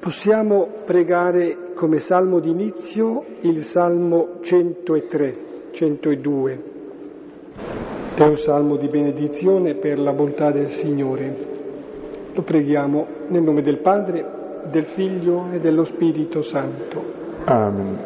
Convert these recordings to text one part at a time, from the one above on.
Possiamo pregare come salmo d'inizio il Salmo 103, 102. È un salmo di benedizione per la bontà del Signore. Lo preghiamo nel nome del Padre, del Figlio e dello Spirito Santo. Amen.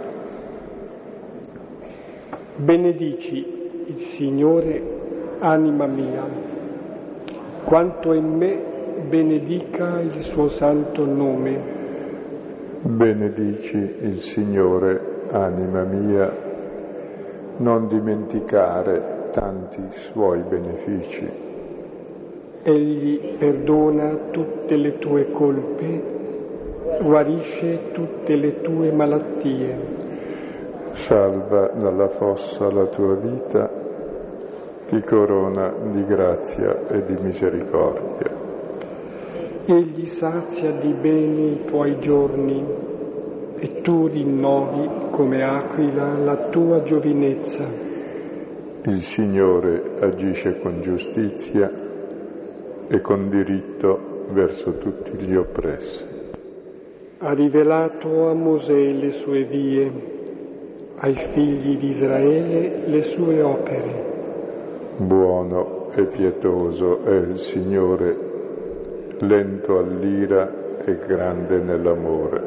Benedici il Signore, anima mia. Quanto in me benedica il suo santo nome. Benedici il Signore, anima mia, non dimenticare tanti suoi benefici. Egli perdona tutte le tue colpe, guarisce tutte le tue malattie. Salva dalla fossa la tua vita, ti corona di grazia e di misericordia. Egli sazia di bene i tuoi giorni e tu rinnovi come aquila la tua giovinezza. Il Signore agisce con giustizia e con diritto verso tutti gli oppressi. Ha rivelato a Mosè le sue vie, ai figli di Israele le sue opere. Buono e pietoso è il Signore, lento all'ira e grande nell'amore.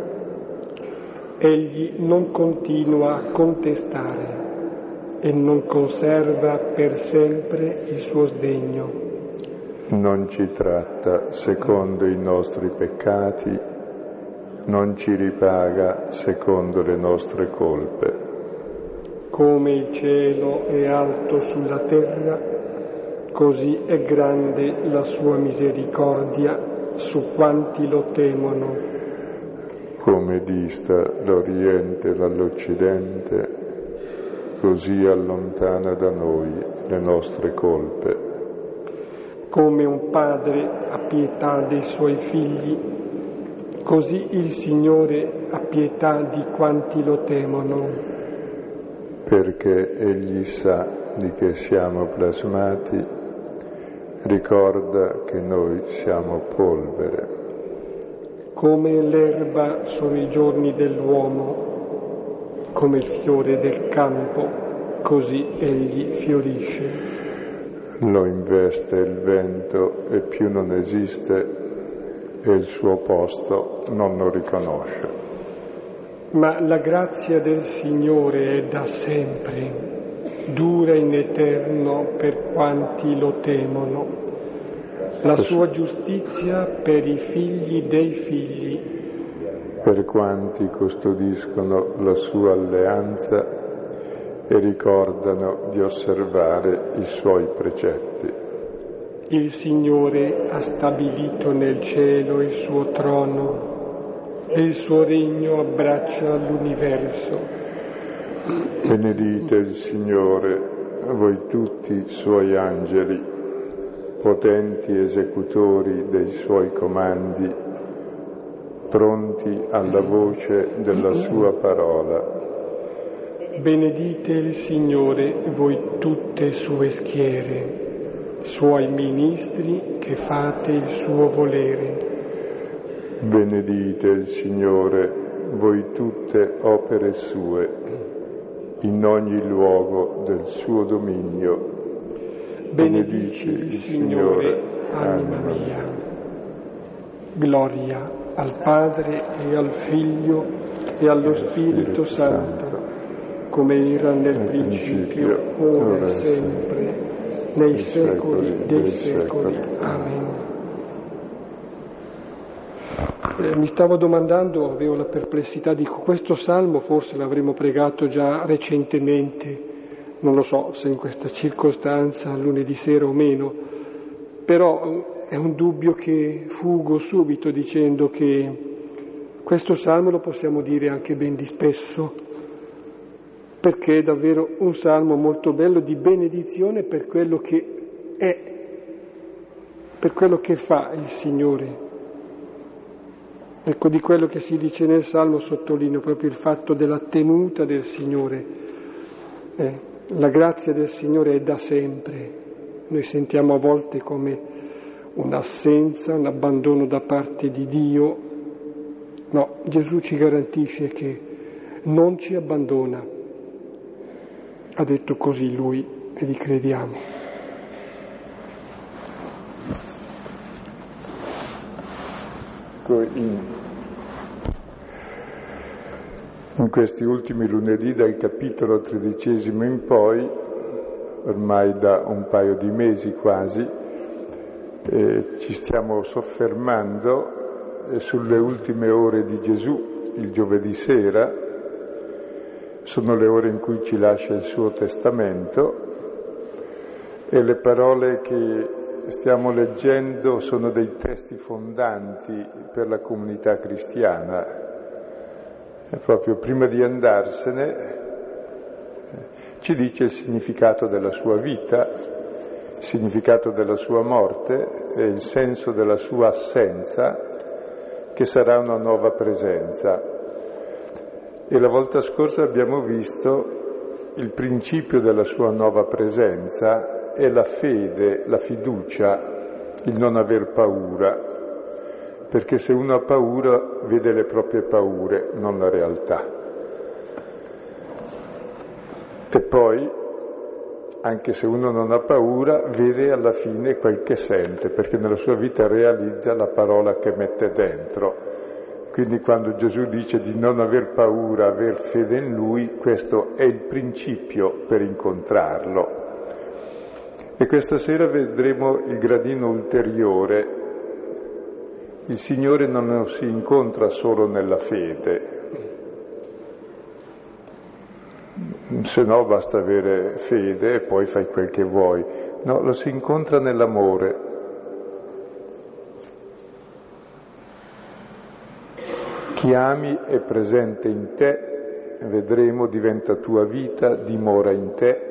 Egli non continua a contestare e non conserva per sempre il suo sdegno. Non ci tratta secondo i nostri peccati, non ci ripaga secondo le nostre colpe. Come il cielo è alto sulla terra, così è grande la sua misericordia su quanti lo temono. Come dista l'Oriente dall'Occidente, così allontana da noi le nostre colpe. Come un padre ha pietà dei suoi figli, così il Signore ha pietà di quanti lo temono. Perché Egli sa di che siamo plasmati, ricorda che noi siamo polvere. Come l'erba sono i giorni dell'uomo, come il fiore del campo, così egli fiorisce. Lo investe il vento e più non esiste e il suo posto non lo riconosce. Ma la grazia del Signore è da sempre, dura in eterno per quanti lo temono. La sua giustizia per i figli dei figli. Per quanti custodiscono la sua alleanza e ricordano di osservare i suoi precetti. Il Signore ha stabilito nel cielo il suo trono e il suo regno abbraccia l'universo. Benedite il Signore, voi tutti i suoi angeli, potenti esecutori dei suoi comandi, pronti alla voce della sua parola. Benedite il Signore, voi tutte sue schiere, suoi ministri che fate il suo volere. Benedite il Signore, voi tutte opere sue, in ogni luogo del suo dominio. Benedici il Signore, anima mia. Gloria al Padre e al Figlio e allo Spirito Santo, come era nel principio, ora e sempre, nei secoli dei secoli. Amen. Mi stavo domandando, avevo la perplessità, dico, questo salmo forse l'avremmo pregato già recentemente, non lo so se in questa circostanza, lunedì sera o meno, però è un dubbio che fugo subito dicendo che questo salmo lo possiamo dire anche ben di spesso, perché è davvero un salmo molto bello di benedizione per quello che è, per quello che fa il Signore. Ecco, di quello che si dice nel Salmo sottolineo proprio il fatto della tenuta del Signore. La grazia del Signore è da sempre. Noi sentiamo a volte come un'assenza, un abbandono da parte di Dio, No, Gesù ci garantisce che non ci abbandona. Ha detto così Lui e gli crediamo. In questi ultimi lunedì, dal capitolo 13 in poi, ormai da un paio di mesi quasi, ci stiamo soffermando sulle ultime ore di Gesù, il giovedì sera. Sono le ore in cui ci lascia il suo testamento e le parole che stiamo leggendo sono dei testi fondanti per la comunità cristiana. E proprio prima di andarsene ci dice il significato della sua vita, il significato della sua morte e il senso della sua assenza, che sarà una nuova presenza. E la volta scorsa abbiamo visto il principio della sua nuova presenza è la fede, la fiducia, il non aver paura, perché se uno ha paura vede le proprie paure, non la realtà. E poi, anche se uno non ha paura, vede alla fine quel che sente, perché nella sua vita realizza la parola che mette dentro. Quindi quando Gesù dice di non aver paura, aver fede in Lui, questo è il principio per incontrarlo. E questa sera vedremo il gradino ulteriore. Il Signore non si incontra solo nella fede, se no basta avere fede e poi fai quel che vuoi. No, lo si incontra nell'amore. Chi ami è presente in te, vedremo, diventa tua vita, dimora in te.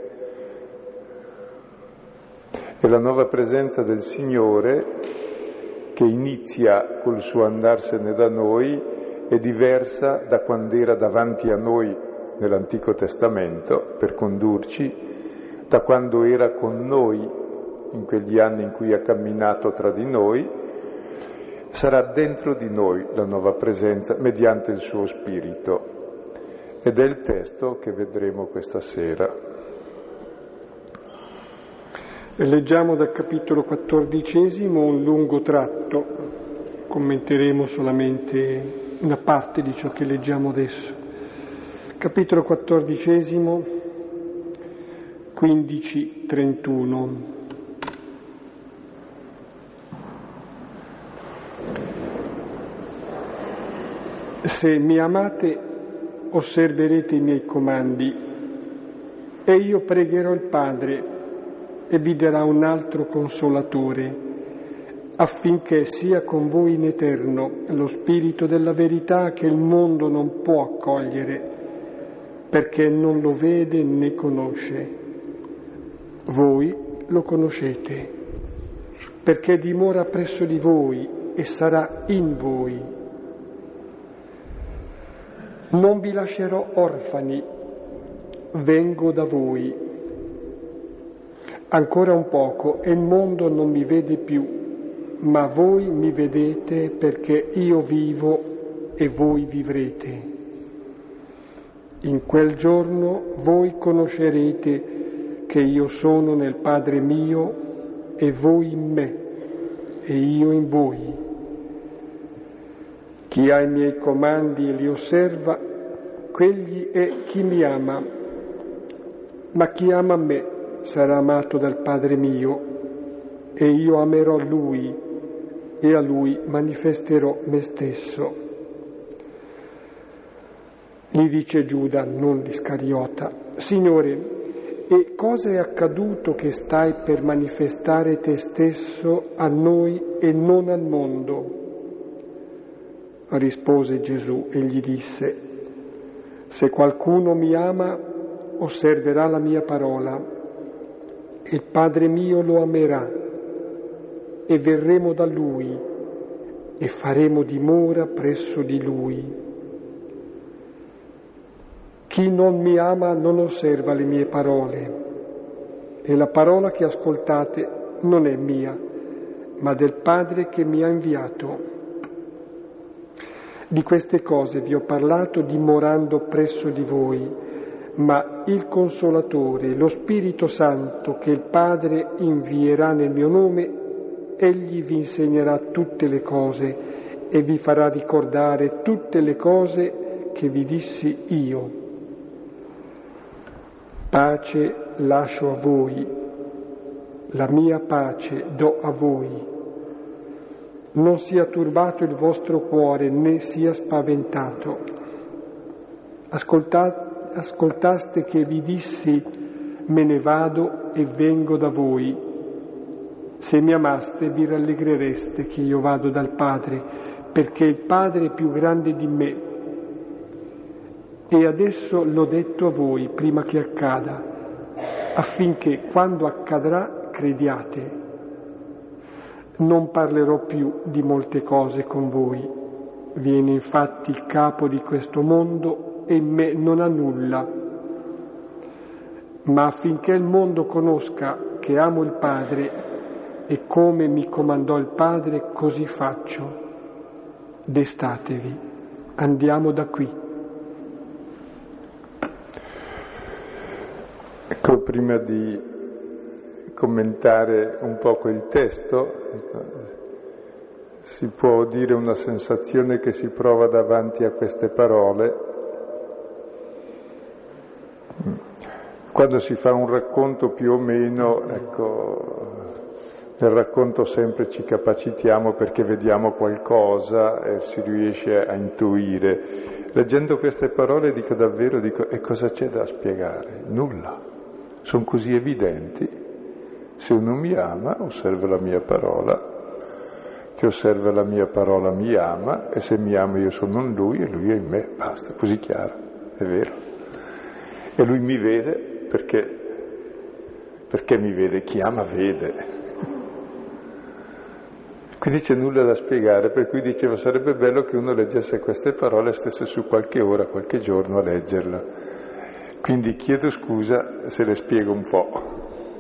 E la nuova presenza del Signore, che inizia col suo andarsene da noi, è diversa da quando era davanti a noi nell'Antico Testamento per condurci, da quando era con noi in quegli anni in cui ha camminato tra di noi. Sarà dentro di noi la nuova presenza mediante il suo Spirito. Ed è il testo che vedremo questa sera. Leggiamo dal capitolo 14 un lungo tratto, commenteremo solamente una parte di ciò che leggiamo adesso. Capitolo 14, 15-31. Se mi amate, osserverete i miei comandi, e io pregherò il Padre e vi darà un altro consolatore, affinché sia con voi in eterno lo Spirito della verità che il mondo non può accogliere, perché non lo vede né conosce. Voi lo conoscete, perché dimora presso di voi e sarà in voi. Non vi lascerò orfani, vengo da voi. Ancora un poco e il mondo non mi vede più, ma voi mi vedete perché io vivo e voi vivrete. In quel giorno voi conoscerete che io sono nel Padre mio e voi in me e io in voi. Chi ha i miei comandi e li osserva, quegli è chi mi ama, ma chi ama me sarà amato dal Padre mio, e io amerò Lui, e a Lui manifesterò me stesso. Gli dice Giuda, non l'Iscariota: Signore, e cosa è accaduto che stai per manifestare te stesso a noi e non al mondo? Rispose Gesù e gli disse: Se qualcuno mi ama, osserverà la mia parola, il Padre mio lo amerà, e verremo da Lui e faremo dimora presso di Lui. Chi non mi ama non osserva le mie parole, e la parola che ascoltate non è mia, ma del Padre che mi ha inviato. Di queste cose vi ho parlato dimorando presso di voi, ma il Consolatore, lo Spirito Santo che il Padre invierà nel mio nome, egli vi insegnerà tutte le cose e vi farà ricordare tutte le cose che vi dissi io. Pace lascio a voi, la mia pace do a voi. Non sia turbato il vostro cuore, né sia spaventato. Ascoltaste che vi dissi, me ne vado e vengo da voi. Se mi amaste vi rallegrereste che io vado dal Padre, perché il Padre è più grande di me. E adesso l'ho detto a voi prima che accada, affinché quando accadrà crediate. Non parlerò più di molte cose con voi. Viene infatti il capo di questo mondo e in me non ha nulla. Ma affinché il mondo conosca che amo il Padre e come mi comandò il Padre, così faccio. Destatevi, andiamo da qui. Ecco, prima di commentare un poco il testo, si può dire una sensazione che si prova davanti a queste parole. Quando si fa un racconto più o meno, ecco, nel racconto sempre ci capacitiamo perché vediamo qualcosa e si riesce a intuire. Leggendo queste parole dico, e cosa c'è da spiegare? Nulla. Sono così evidenti. Se uno mi ama, osserva la mia parola, che osserva la mia parola mi ama, e se mi ama io sono in lui e lui è in me. Basta, così chiaro, è vero. E lui mi vede perché mi vede, chi ama vede. Quindi c'è nulla da spiegare, per cui dicevo sarebbe bello che uno leggesse queste parole e stesse su qualche ora, qualche giorno a leggerla. Quindi chiedo scusa se le spiego un po'.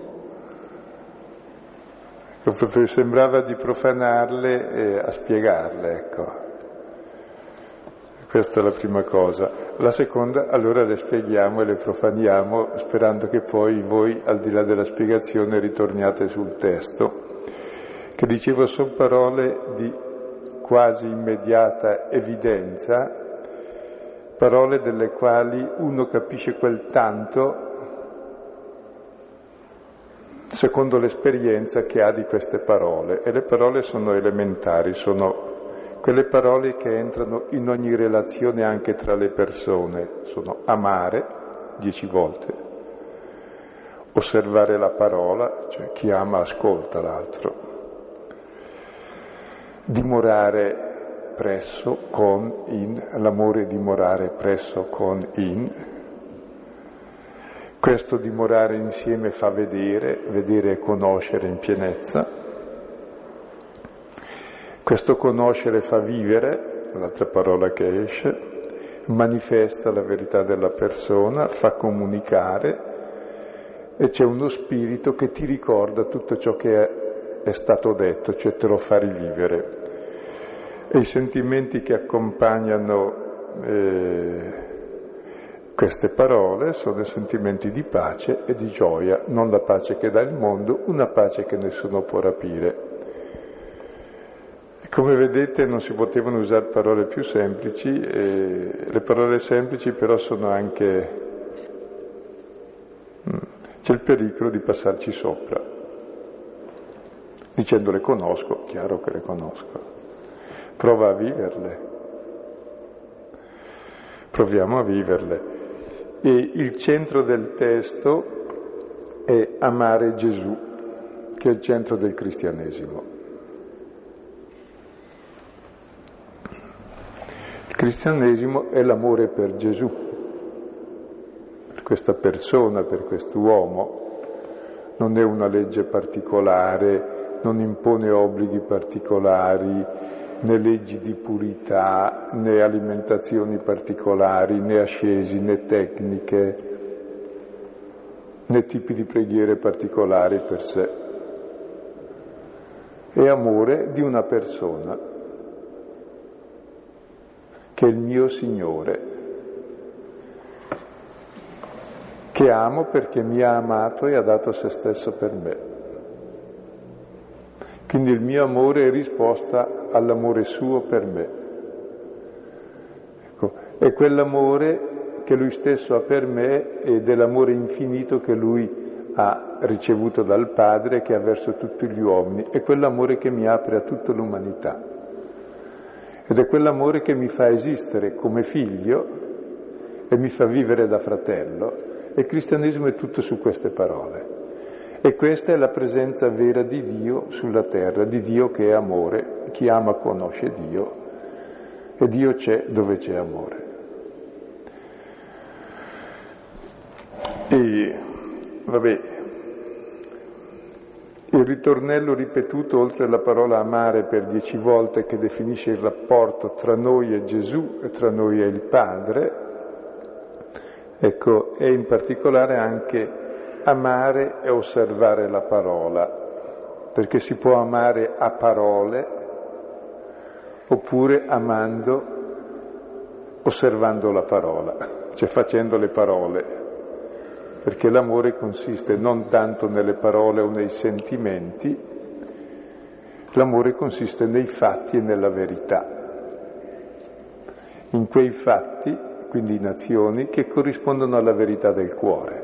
Sembrava di profanarle a spiegarle, ecco. Questa è la prima cosa. La seconda, allora le spieghiamo e le profaniamo, sperando che poi voi, al di là della spiegazione, ritorniate sul testo. Che dicevo, sono parole di quasi immediata evidenza, parole delle quali uno capisce quel tanto secondo l'esperienza che ha di queste parole. E le parole sono elementari, sono quelle parole che entrano in ogni relazione anche tra le persone. Sono amare 10 volte, osservare la parola, cioè chi ama ascolta l'altro, dimorare presso con in, l'amore dimorare presso con in. Questo dimorare insieme fa vedere e conoscere in pienezza. Questo conoscere fa vivere, un'altra parola che esce, manifesta la verità della persona, fa comunicare, e c'è uno spirito che ti ricorda tutto ciò che è stato detto, cioè te lo fa rivivere. E i sentimenti che accompagnano queste parole sono sentimenti di pace e di gioia, non la pace che dà il mondo, una pace che nessuno può rapire. Come vedete non si potevano usare parole più semplici, le parole semplici però sono anche... c'è il pericolo di passarci sopra. Dicendo le conosco, chiaro che le conosco. Prova a viverle. Proviamo a viverle. E il centro del testo è amare Gesù, che è il centro del cristianesimo. Il cristianesimo è l'amore per Gesù, per questa persona, per quest'uomo. Non è una legge particolare, non impone obblighi particolari, né leggi di purità, né alimentazioni particolari, né ascesi, né tecniche, né tipi di preghiere particolari per sé. È amore di una persona. che è il mio Signore, che amo perché mi ha amato e ha dato se stesso per me. Quindi il mio amore è risposta all'amore suo per me. Ecco, è quell'amore che lui stesso ha per me ed è l'amore infinito che lui ha ricevuto dal Padre, che ha verso tutti gli uomini, è quell'amore che mi apre a tutta l'umanità. Ed è quell'amore che mi fa esistere come figlio e mi fa vivere da fratello. E il cristianesimo è tutto su queste parole. E questa è la presenza vera di Dio sulla terra, di Dio che è amore. Chi ama conosce Dio e Dio c'è dove c'è amore. E vabbè, il ritornello ripetuto oltre alla parola amare per 10 volte, che definisce il rapporto tra noi e Gesù e tra noi e il Padre, ecco, e in particolare anche amare e osservare la parola, perché si può amare a parole oppure amando, osservando la parola, cioè facendo le parole, perché l'amore consiste non tanto nelle parole o nei sentimenti, l'amore consiste nei fatti e nella verità, in quei fatti, quindi in azioni, che corrispondono alla verità del cuore.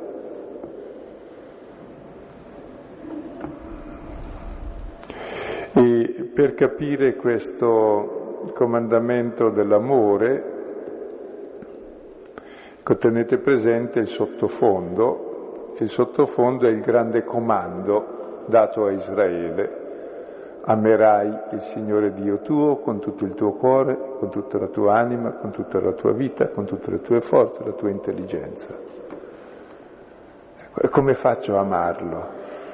E per capire questo comandamento dell'amore, tenete presente il sottofondo. Il sottofondo è il grande comando dato a Israele: amerai il Signore Dio tuo con tutto il tuo cuore, con tutta la tua anima, con tutta la tua vita, con tutte le tue forze, la tua intelligenza. E come faccio a amarlo?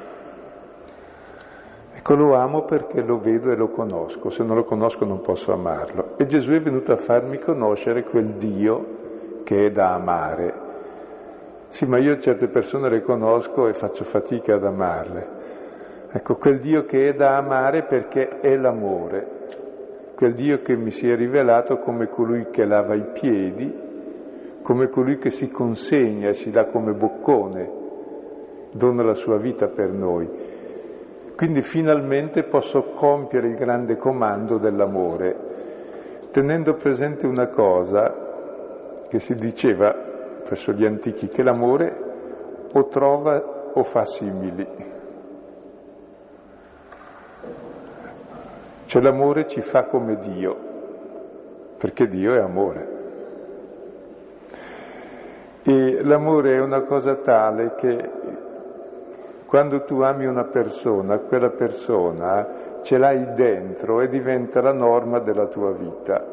Ecco, lo amo perché lo vedo e lo conosco. Se non lo conosco non posso amarlo. E Gesù è venuto a farmi conoscere quel Dio che è da amare. Sì, ma io certe persone le conosco e faccio fatica ad amarle. Ecco, quel Dio che è da amare perché è l'amore, quel Dio che mi si è rivelato come colui che lava i piedi, come colui che si consegna e si dà come boccone, dona la sua vita per noi. Quindi finalmente posso compiere il grande comando dell'amore, tenendo presente una cosa che si diceva presso gli antichi, che l'amore o trova o fa simili. Cioè l'amore ci fa come Dio, perché Dio è amore. E l'amore è una cosa tale che quando tu ami una persona, quella persona ce l'hai dentro e diventa la norma della tua vita.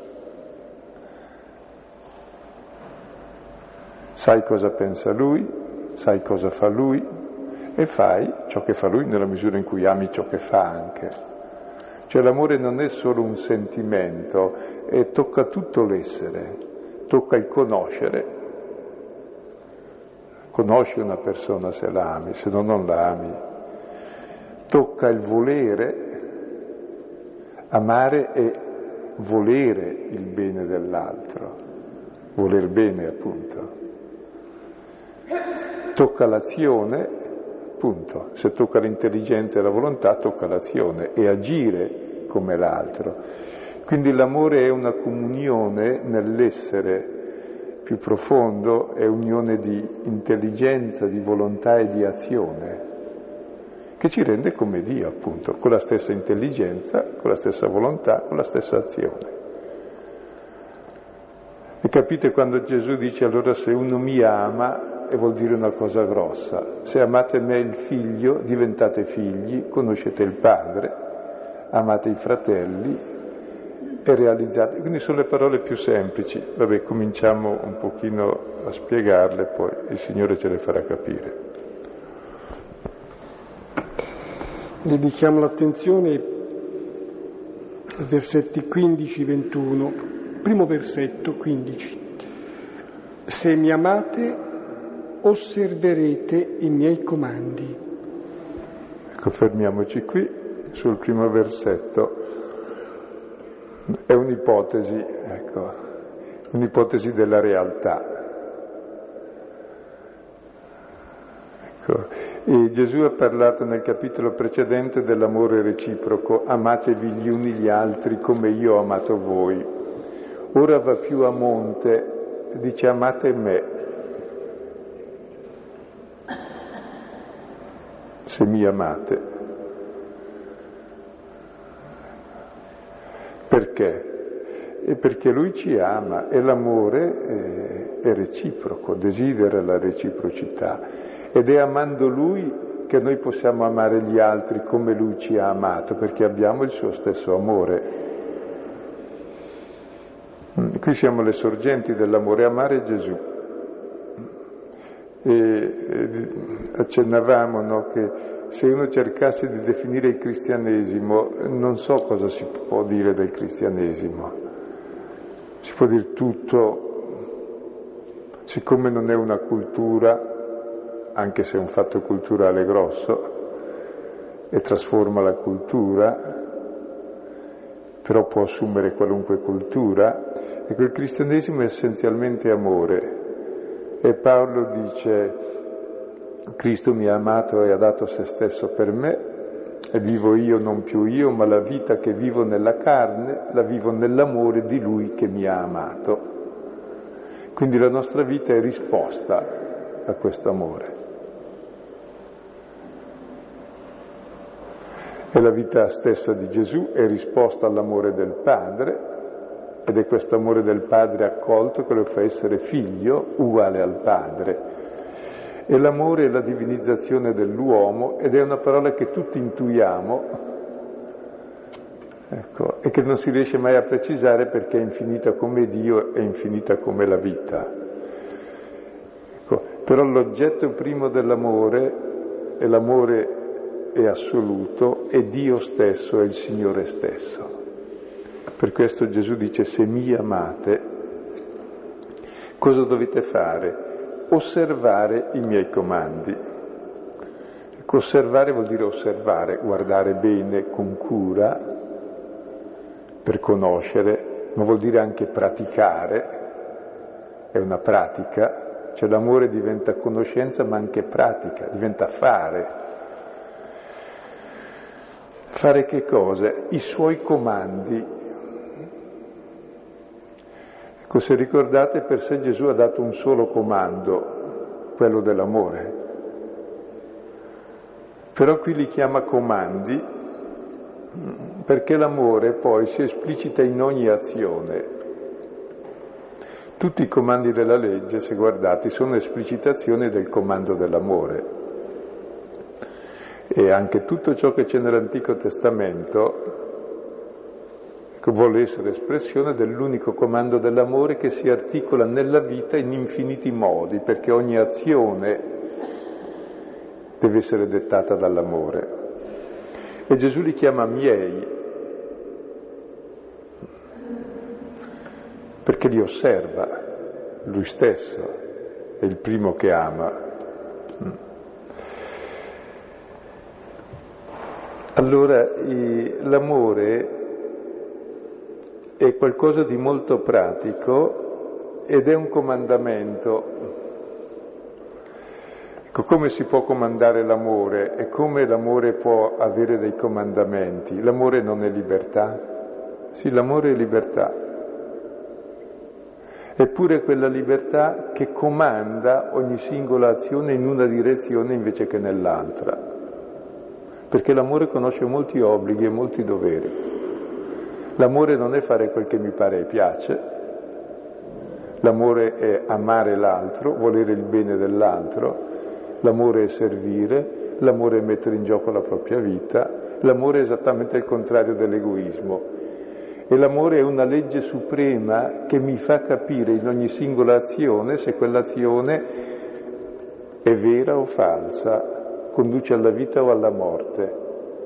Sai cosa pensa lui, sai cosa fa lui e fai ciò che fa lui nella misura in cui ami ciò che fa anche. Cioè l'amore non è solo un sentimento, tocca tutto l'essere, tocca il conoscere. Conosci una persona se la ami, se no non la ami. Tocca il volere, amare e volere il bene dell'altro, voler bene appunto. Tocca l'azione, appunto, se tocca l'intelligenza e la volontà tocca l'azione e agire come l'altro. Quindi l'amore è una comunione nell'essere più profondo, è unione di intelligenza, di volontà e di azione, che ci rende come Dio, appunto, con la stessa intelligenza, con la stessa volontà, con la stessa azione. E capite quando Gesù dice allora se uno mi ama, e vuol dire una cosa grossa, se amate me il figlio, diventate figli, conoscete il Padre, amate i fratelli e realizzate. Quindi sono le parole più semplici. Vabbè, cominciamo un pochino a spiegarle, poi il Signore ce le farà capire. Dedichiamo l'attenzione ai versetti 15-21. Primo versetto, 15. Se mi amate, osserverete i miei comandi. Ecco, fermiamoci qui sul primo versetto. È un'ipotesi, ecco, un'ipotesi della realtà. Ecco. E Gesù ha parlato nel capitolo precedente dell'amore reciproco, amatevi gli uni gli altri come io ho amato voi. Ora va più a monte, dice amate me, se mi amate. Perché? E perché Lui ci ama e l'amore è reciproco, desidera la reciprocità ed è amando Lui che noi possiamo amare gli altri come Lui ci ha amato, perché abbiamo il suo stesso amore. Qui siamo le sorgenti dell'amore, amare Gesù. E accennavamo, no, che se uno cercasse di definire il cristianesimo, non so cosa si può dire del cristianesimo. Si può dire tutto, siccome non è una cultura, anche se è un fatto culturale grosso, e trasforma la cultura, però può assumere qualunque cultura. Ecco, il cristianesimo è essenzialmente amore. E Paolo dice: Cristo mi ha amato e ha dato se stesso per me, e vivo io, non più io, ma la vita che vivo nella carne, la vivo nell'amore di Lui che mi ha amato. Quindi la nostra vita è risposta a questo amore. E la vita stessa di Gesù è risposta all'amore del Padre, ed è questo amore del Padre accolto che lo fa essere figlio uguale al Padre. E l'amore è la divinizzazione dell'uomo, ed è una parola che tutti intuiamo, ecco, e che non si riesce mai a precisare perché è infinita come Dio e infinita come la vita. Ecco, però l'oggetto primo dell'amore, e l'amore è assoluto, è Dio stesso, è il Signore stesso. Per questo Gesù dice: se mi amate, cosa dovete fare? Osservare i miei comandi. Ecco, osservare vuol dire osservare, guardare bene, con cura, per conoscere, ma vuol dire anche praticare, è una pratica, cioè l'amore diventa conoscenza ma anche pratica, diventa fare. Fare che cosa? I suoi comandi. Ecco, se ricordate, per sé Gesù ha dato un solo comando, quello dell'amore. Però qui li chiama comandi perché l'amore poi si esplicita in ogni azione. Tutti i comandi della legge, se guardate, sono esplicitazioni del comando dell'amore. E anche tutto ciò che c'è nell'Antico Testamento vuole essere espressione dell'unico comando dell'amore che si articola nella vita in infiniti modi, perché ogni azione deve essere dettata dall'amore. E Gesù li chiama miei, perché li osserva, lui stesso è il primo che ama. Allora, l'amore è qualcosa di molto pratico ed è un comandamento. Ecco, come si può comandare l'amore e come l'amore può avere dei comandamenti? L'amore non è libertà? Sì, l'amore è libertà. Eppure quella libertà che comanda ogni singola azione in una direzione invece che nell'altra. Perché l'amore conosce molti obblighi e molti doveri. L'amore non è fare quel che mi pare e piace, l'amore è amare l'altro, volere il bene dell'altro, l'amore è servire, l'amore è mettere in gioco la propria vita, l'amore è esattamente il contrario dell'egoismo. E l'amore è una legge suprema che mi fa capire in ogni singola azione se quell'azione è vera o falsa, conduce alla vita o alla morte.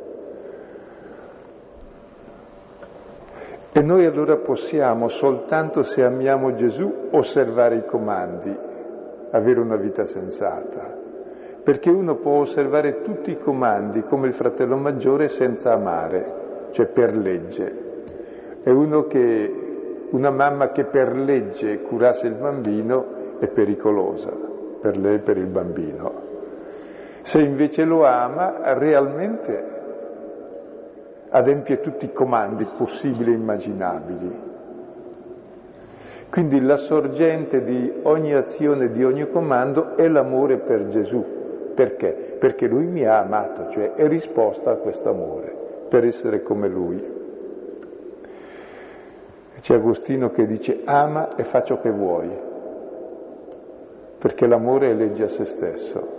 E noi allora possiamo, soltanto se amiamo Gesù, osservare i comandi, avere una vita sensata. Perché uno può osservare tutti i comandi come il fratello maggiore senza amare, cioè per legge. È una mamma che per legge curasse il bambino è pericolosa per lei e per il bambino. Se invece lo ama, realmente adempie tutti i comandi possibili e immaginabili. Quindi la sorgente di ogni azione, di ogni comando è l'amore per Gesù. Perché? Perché Lui mi ha amato, cioè è risposta a questo amore, per essere come Lui. C'è Agostino che dice: ama e fa ciò che vuoi, perché l'amore è legge a se stesso.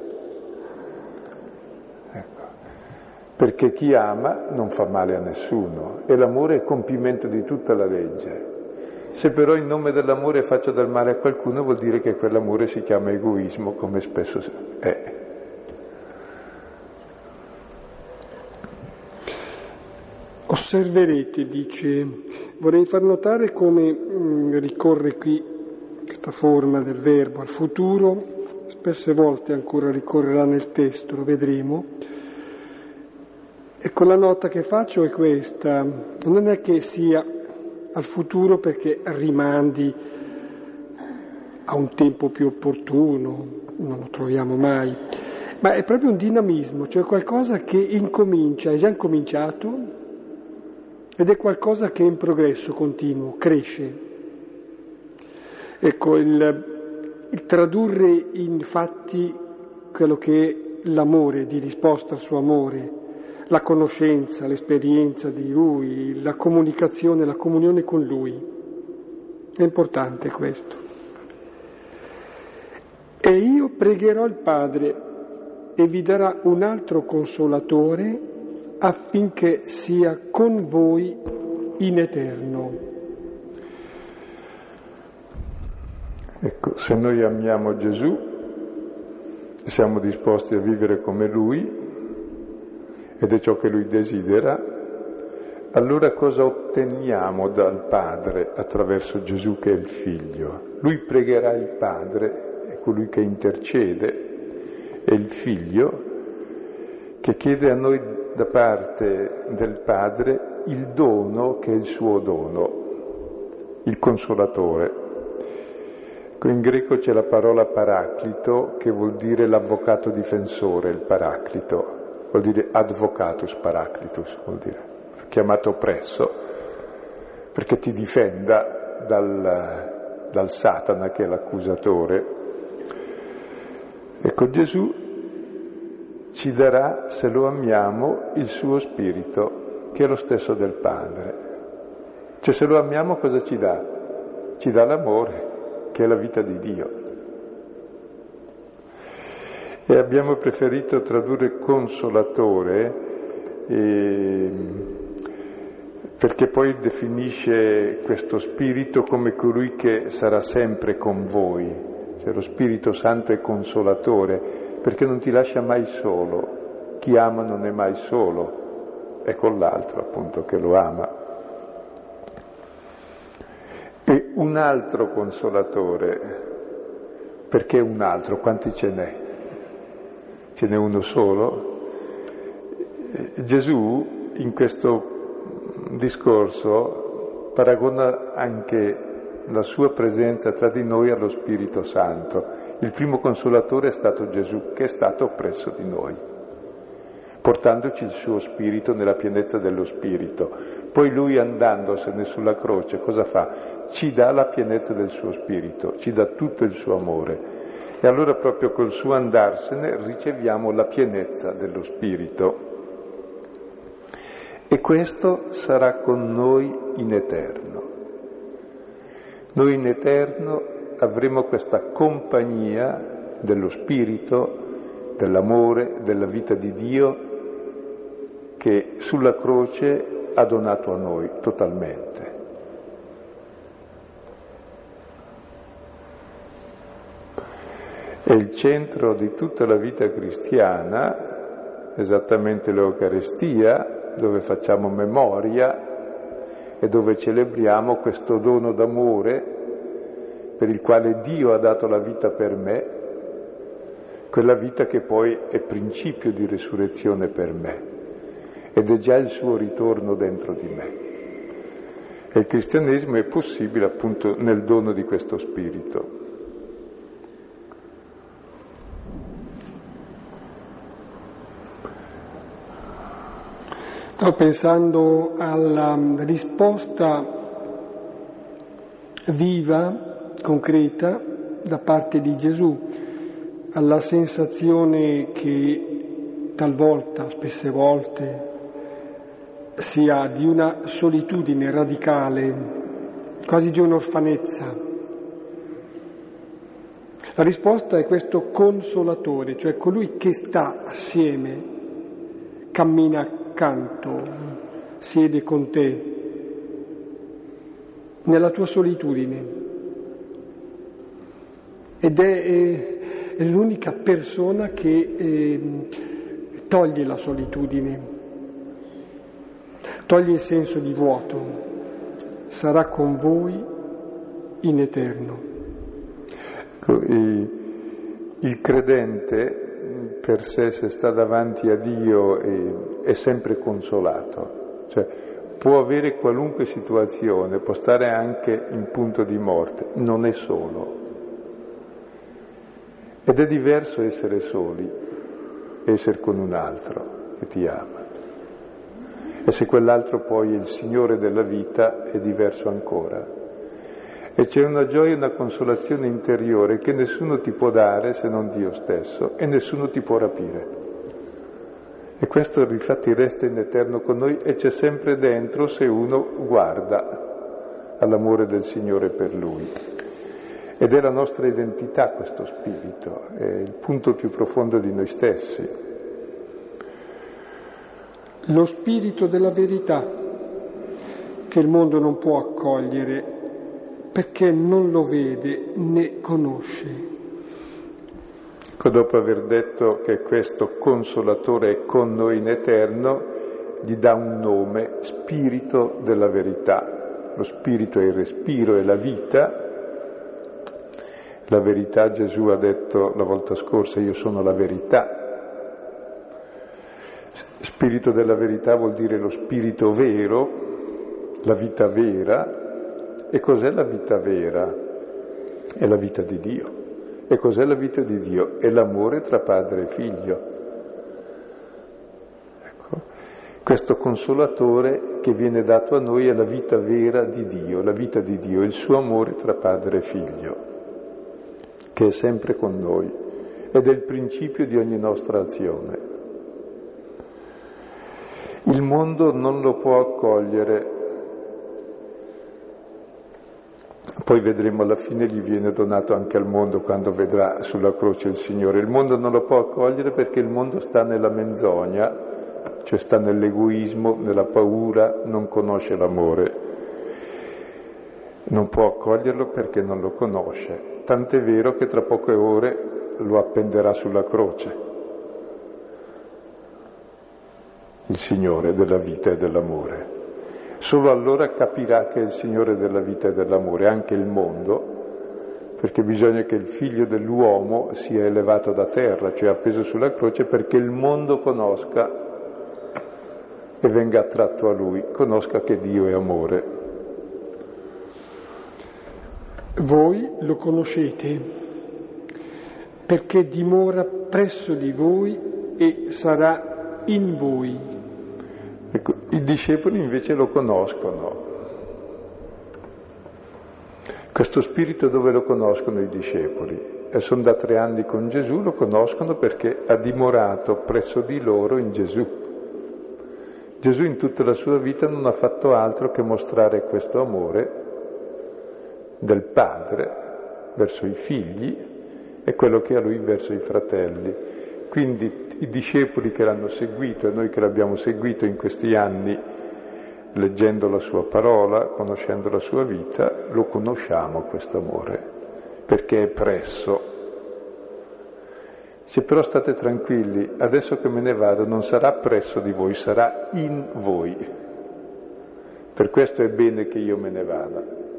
Perché chi ama non fa male a nessuno e l'amore è compimento di tutta la legge. Se però in nome dell'amore faccio del male a qualcuno, vuol dire che quell'amore si chiama egoismo, come spesso è. Osserverete, dice, vorrei far notare come ricorre qui questa forma del verbo al futuro, spesse volte ancora ricorrerà nel testo, lo vedremo. Ecco, la nota che faccio è questa: non è che sia al futuro perché rimandi a un tempo più opportuno, non lo troviamo mai, ma è proprio un dinamismo, cioè qualcosa che incomincia, è già incominciato ed è qualcosa che è in progresso continuo, cresce. Ecco, il tradurre in fatti quello che è l'amore, di risposta al suo amore, la conoscenza, l'esperienza di Lui, la comunicazione, la comunione con Lui. È importante questo. E io pregherò il Padre e vi darà un altro consolatore affinché sia con voi in eterno. Ecco, se noi amiamo Gesù e siamo disposti a vivere come Lui, ed è ciò che Lui desidera, allora cosa otteniamo dal Padre attraverso Gesù che è il Figlio? Lui pregherà il Padre, è colui che intercede, è il Figlio che chiede a noi da parte del Padre il dono che è il suo dono, il Consolatore. In greco c'è la parola paraclito, che vuol dire l'avvocato difensore, il paraclito. Vuol dire advocatus paraclitus, vuol dire, chiamato presso, perché ti difenda dal Satana che è l'accusatore. Ecco, Gesù ci darà, se lo amiamo, il suo spirito, che è lo stesso del Padre. Cioè, se lo amiamo cosa ci dà? Ci dà l'amore, che è la vita di Dio. E abbiamo preferito tradurre consolatore perché poi definisce questo spirito come colui che sarà sempre con voi, cioè lo Spirito Santo è consolatore perché non ti lascia mai solo, chi ama non è mai solo, è con l'altro appunto che lo ama. E un altro consolatore, perché un altro? Quanti ce n'è? Ce n'è uno solo? Gesù in questo discorso paragona anche la sua presenza tra di noi allo Spirito Santo. Il primo consolatore è stato Gesù, che è stato presso di noi, portandoci il suo Spirito nella pienezza dello Spirito. Poi Lui, andandosene sulla croce, cosa fa? Ci dà la pienezza del suo Spirito, ci dà tutto il suo amore. E allora proprio col suo andarsene riceviamo la pienezza dello Spirito. E questo sarà con noi in eterno. Noi in eterno avremo questa compagnia dello Spirito, dell'amore, della vita di Dio che sulla croce ha donato a noi totalmente. È il centro di tutta la vita cristiana, esattamente l'Eucarestia, dove facciamo memoria e dove celebriamo questo dono d'amore per il quale Dio ha dato la vita per me, quella vita che poi è principio di risurrezione per me ed è già il suo ritorno dentro di me. E il cristianesimo è possibile appunto nel dono di questo spirito. Sto pensando alla risposta viva, concreta, da parte di Gesù, alla sensazione che talvolta, spesse volte, si ha di una solitudine radicale, quasi di un'orfanezza. La risposta è questo consolatore, cioè colui che sta assieme, cammina accanto, siede con te, nella tua solitudine. Ed è l'unica persona che toglie la solitudine, toglie il senso di vuoto, sarà con voi in eterno. Il credente per sé, se sta davanti a Dio, è sempre consolato, cioè può avere qualunque situazione, può stare anche in punto di morte, non è solo. Ed è diverso essere soli e essere con un altro che ti ama. E se quell'altro poi è il Signore della vita, è diverso ancora. E c'è una gioia e una consolazione interiore che nessuno ti può dare se non Dio stesso, e nessuno ti può rapire. E questo infatti resta in eterno con noi e c'è sempre dentro se uno guarda all'amore del Signore per Lui. Ed è la nostra identità questo spirito, è il punto più profondo di noi stessi. Lo spirito della verità che il mondo non può accogliere perché non lo vede né conosce. Ecco, dopo aver detto che questo Consolatore è con noi in eterno, gli dà un nome, Spirito della verità. Lo Spirito è il respiro, è la vita. La verità, Gesù ha detto la volta scorsa, io sono la verità. Spirito della verità vuol dire lo spirito vero, la vita vera. E cos'è la vita vera? È la vita di Dio. E cos'è la vita di Dio? È l'amore tra padre e figlio. Ecco. Questo Consolatore che viene dato a noi è la vita vera di Dio, la vita di Dio, il suo amore tra padre e figlio, che è sempre con noi ed è il principio di ogni nostra azione. Il mondo non lo può accogliere. Poi vedremo alla fine gli viene donato anche al mondo quando vedrà sulla croce il Signore. Il mondo non lo può accogliere perché il mondo sta nella menzogna, cioè sta nell'egoismo, nella paura, non conosce l'amore. Non può accoglierlo perché non lo conosce. Tant'è vero che tra poche ore lo appenderà sulla croce. Il Signore della vita e dell'amore. Solo allora capirà che è il Signore della vita e dell'amore, anche il mondo, perché bisogna che il Figlio dell'uomo sia elevato da terra, cioè appeso sulla croce, perché il mondo conosca e venga attratto a Lui, conosca che Dio è amore. Voi lo conoscete perché dimora presso di voi e sarà in voi. Ecco, i discepoli invece lo conoscono. Questo spirito dove lo conoscono i discepoli? E sono da 3 anni con Gesù, lo conoscono perché ha dimorato presso di loro in Gesù. Gesù in tutta la sua vita non ha fatto altro che mostrare questo amore del Padre verso i figli e quello che ha Lui verso i fratelli. Quindi i discepoli che l'hanno seguito e noi che l'abbiamo seguito in questi anni, leggendo la sua parola, conoscendo la sua vita, lo conosciamo questo amore, perché è presso. Se però state tranquilli, adesso che me ne vado non sarà presso di voi, sarà in voi. Per questo è bene che io me ne vada.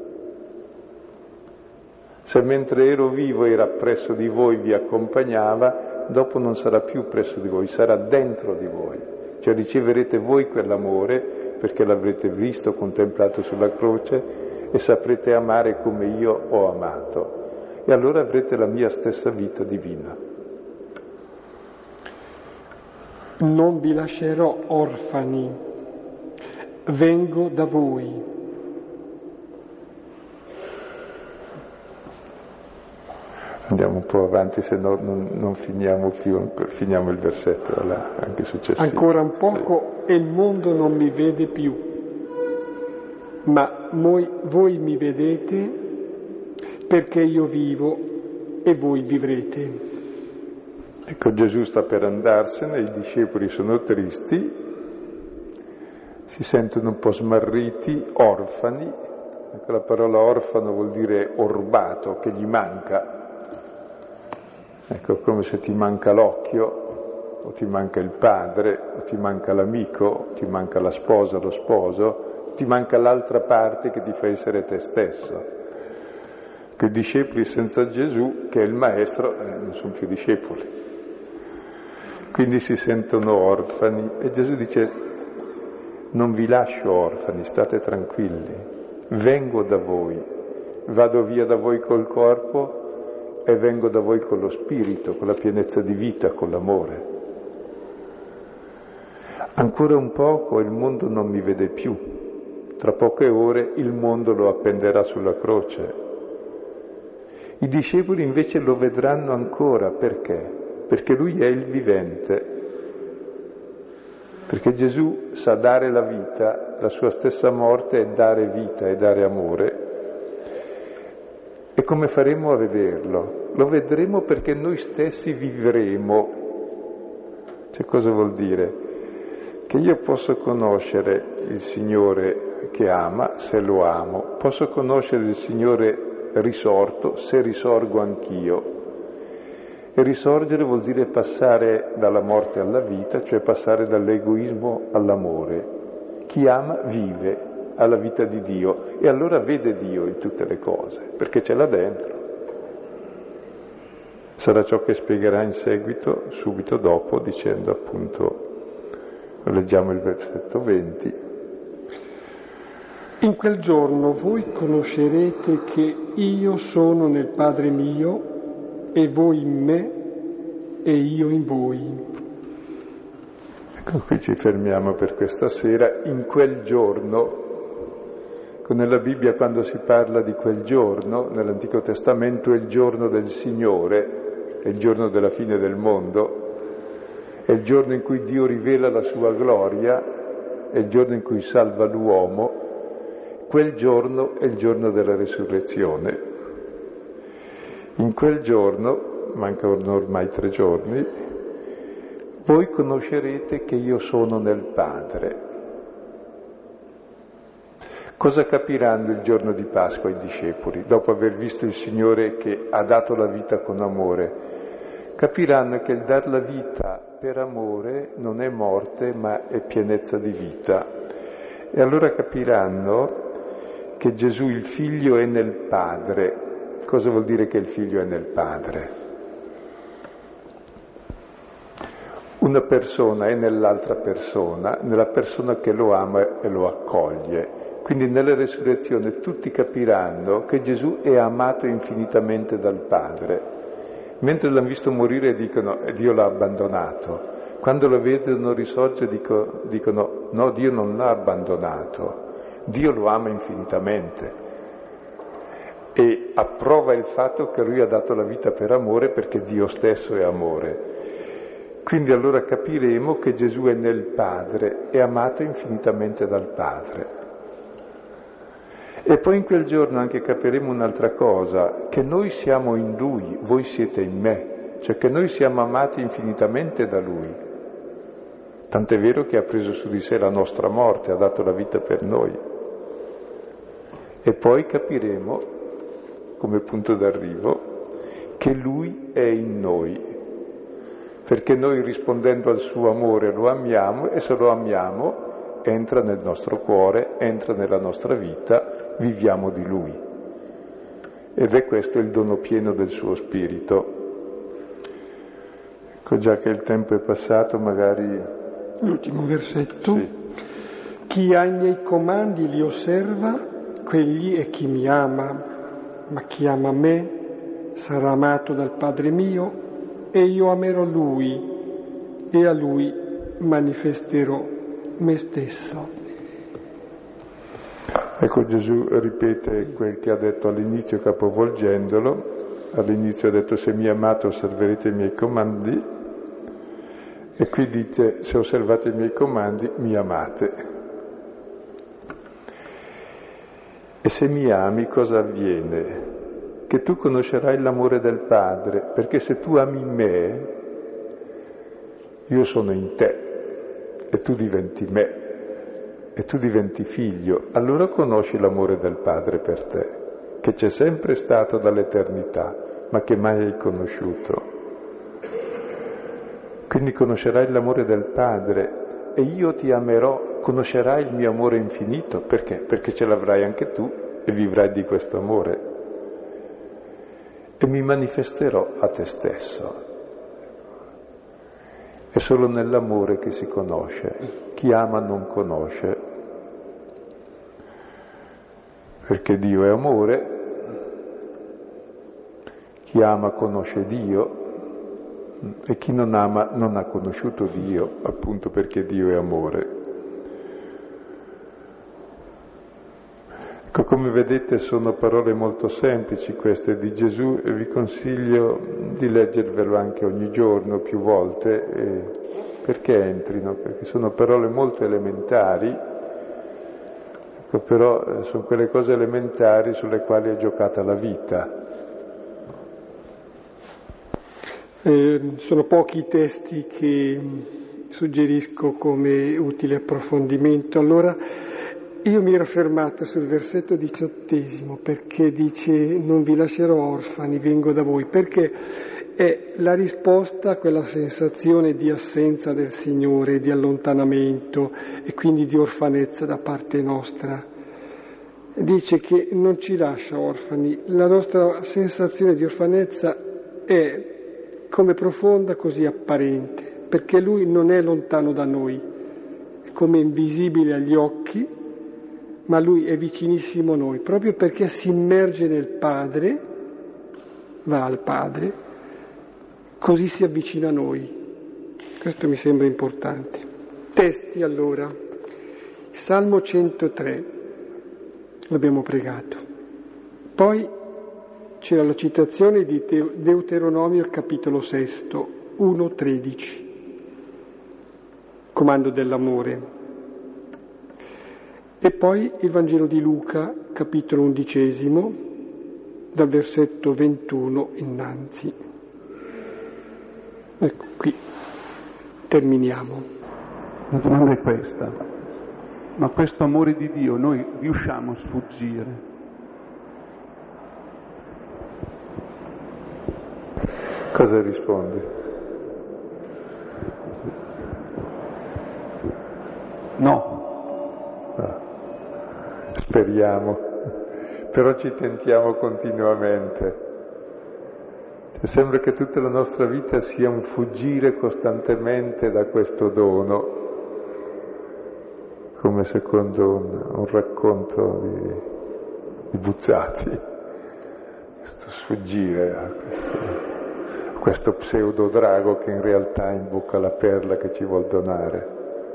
Se mentre ero vivo era presso di voi, vi accompagnava, dopo non sarà più presso di voi, sarà dentro di voi. Cioè riceverete voi quell'amore perché l'avrete visto, contemplato sulla croce e saprete amare come io ho amato. E allora avrete la mia stessa vita divina. Non vi lascerò orfani, vengo da voi. Andiamo un po' avanti, se no non finiamo più, finiamo il versetto là, anche successivo. Ancora un poco sì. E il mondo non mi vede più, ma voi mi vedete perché io vivo e voi vivrete. Ecco, Gesù sta per andarsene, i discepoli sono tristi, si sentono un po' smarriti, orfani. Ecco, la parola orfano vuol dire orbato, che gli manca. Ecco, come se ti manca l'occhio, o ti manca il padre, o ti manca l'amico, o ti manca la sposa, lo sposo, ti manca l'altra parte che ti fa essere te stesso. Che i discepoli senza Gesù, che è il maestro, non sono più discepoli. Quindi si sentono orfani e Gesù dice: non vi lascio orfani, state tranquilli, vengo da voi, vado via da voi col corpo e vengo da voi con lo spirito, con la pienezza di vita, con l'amore. Ancora un poco il mondo non mi vede più, tra poche ore il mondo lo appenderà sulla croce. I discepoli invece lo vedranno ancora, perché? Perché lui è il vivente, perché Gesù sa dare la vita, la sua stessa morte è dare vita, è dare amore. E come faremo a vederlo? Lo vedremo perché noi stessi vivremo. Cioè, cosa vuol dire? Che io posso conoscere il Signore che ama, se lo amo, posso conoscere il Signore risorto, se risorgo anch'io. E risorgere vuol dire passare dalla morte alla vita, cioè passare dall'egoismo all'amore. Chi ama vive, ha la vita di Dio e allora vede Dio in tutte le cose, perché ce l'ha dentro. Sarà ciò che spiegherà in seguito, subito dopo, dicendo appunto, leggiamo il versetto 20. In quel giorno voi conoscerete che io sono nel Padre mio e voi in me e io in voi. Ecco, qui ci fermiamo per questa sera. In quel giorno, nella Bibbia quando si parla di quel giorno, nell'Antico Testamento è il giorno del Signore, è il giorno della fine del mondo, è il giorno in cui Dio rivela la sua gloria, è il giorno in cui salva l'uomo. Quel giorno è il giorno della resurrezione. In quel giorno, mancano ormai 3 giorni, voi conoscerete che io sono nel Padre. Cosa capiranno il giorno di Pasqua i discepoli, dopo aver visto il Signore che ha dato la vita con amore? Capiranno che il dar la vita per amore non è morte, ma è pienezza di vita. E allora capiranno che Gesù, il Figlio, è nel Padre. Cosa vuol dire che il Figlio è nel Padre? Una persona è nell'altra persona, nella persona che lo ama e lo accoglie. Quindi nella resurrezione tutti capiranno che Gesù è amato infinitamente dal Padre. Mentre l'hanno visto morire dicono Dio l'ha abbandonato. Quando lo vedono risorgere dicono no, Dio non l'ha abbandonato, Dio lo ama infinitamente. E approva il fatto che lui ha dato la vita per amore, perché Dio stesso è amore. Quindi allora capiremo che Gesù è nel Padre, è amato infinitamente dal Padre. E poi in quel giorno anche capiremo un'altra cosa, che noi siamo in Lui, voi siete in me, cioè che noi siamo amati infinitamente da Lui. Tant'è vero che ha preso su di sé la nostra morte, ha dato la vita per noi. E poi capiremo, come punto d'arrivo, che Lui è in noi, perché noi rispondendo al suo amore lo amiamo e se lo amiamo entra nel nostro cuore, entra nella nostra vita, viviamo di Lui. Ed è questo il dono pieno del suo Spirito. Ecco, già che il tempo è passato, magari... L'ultimo versetto. Sì. Chi ha i miei comandi li osserva, quegli è chi mi ama, ma chi ama me sarà amato dal Padre mio, e io amerò Lui, e a Lui manifesterò me stesso. Ecco, Gesù ripete quel che ha detto all'inizio capovolgendolo. All'inizio ha detto: se mi amate osserverete i miei comandi, e qui dice: se osservate i miei comandi mi amate. E se mi ami cosa avviene? Che tu conoscerai l'amore del Padre, perché se tu ami me, io sono in te, e tu diventi me, e tu diventi figlio, allora conosci l'amore del Padre per te, che c'è sempre stato dall'eternità, ma che mai hai conosciuto. Quindi conoscerai l'amore del Padre, e io ti amerò, conoscerai il mio amore infinito. Perché? Perché ce l'avrai anche tu e vivrai di questo amore. E mi manifesterò a te stesso. È solo nell'amore che si conosce. Chi ama non conosce, perché Dio è amore. Chi ama conosce Dio, e chi non ama non ha conosciuto Dio, appunto perché Dio è amore. Ecco, come vedete sono parole molto semplici queste di Gesù, e vi consiglio di leggervelo anche ogni giorno, più volte, perché entrino, perché sono parole molto elementari, ecco, però sono quelle cose elementari sulle quali è giocata la vita. Sono pochi i testi che suggerisco come utile approfondimento. Allora, io mi ero fermato sul versetto 18, perché dice: non vi lascerò orfani, vengo da voi, perché è la risposta a quella sensazione di assenza del Signore, di allontanamento e quindi di orfanezza da parte nostra. Dice che non ci lascia orfani. La nostra sensazione di orfanezza è come profonda, così apparente, perché Lui non è lontano da noi, è come invisibile agli occhi, ma Lui è vicinissimo a noi, proprio perché si immerge nel Padre, va al Padre, così si avvicina a noi. Questo mi sembra importante. Testi allora. Salmo 103, l'abbiamo pregato. Poi c'era la citazione di Deuteronomio capitolo 6, 1:13, comando dell'amore. E poi il Vangelo di Luca, capitolo 11, dal versetto 21 innanzi. Ecco, qui terminiamo. La domanda è questa: ma questo amore di Dio noi riusciamo a sfuggire? Cosa rispondi? No. Speriamo, però ci tentiamo continuamente. Sembra che tutta la nostra vita sia un fuggire costantemente da questo dono, come secondo un racconto di Buzzati, questo sfuggire a questo pseudo drago che in realtà imbocca la perla che ci vuol donare.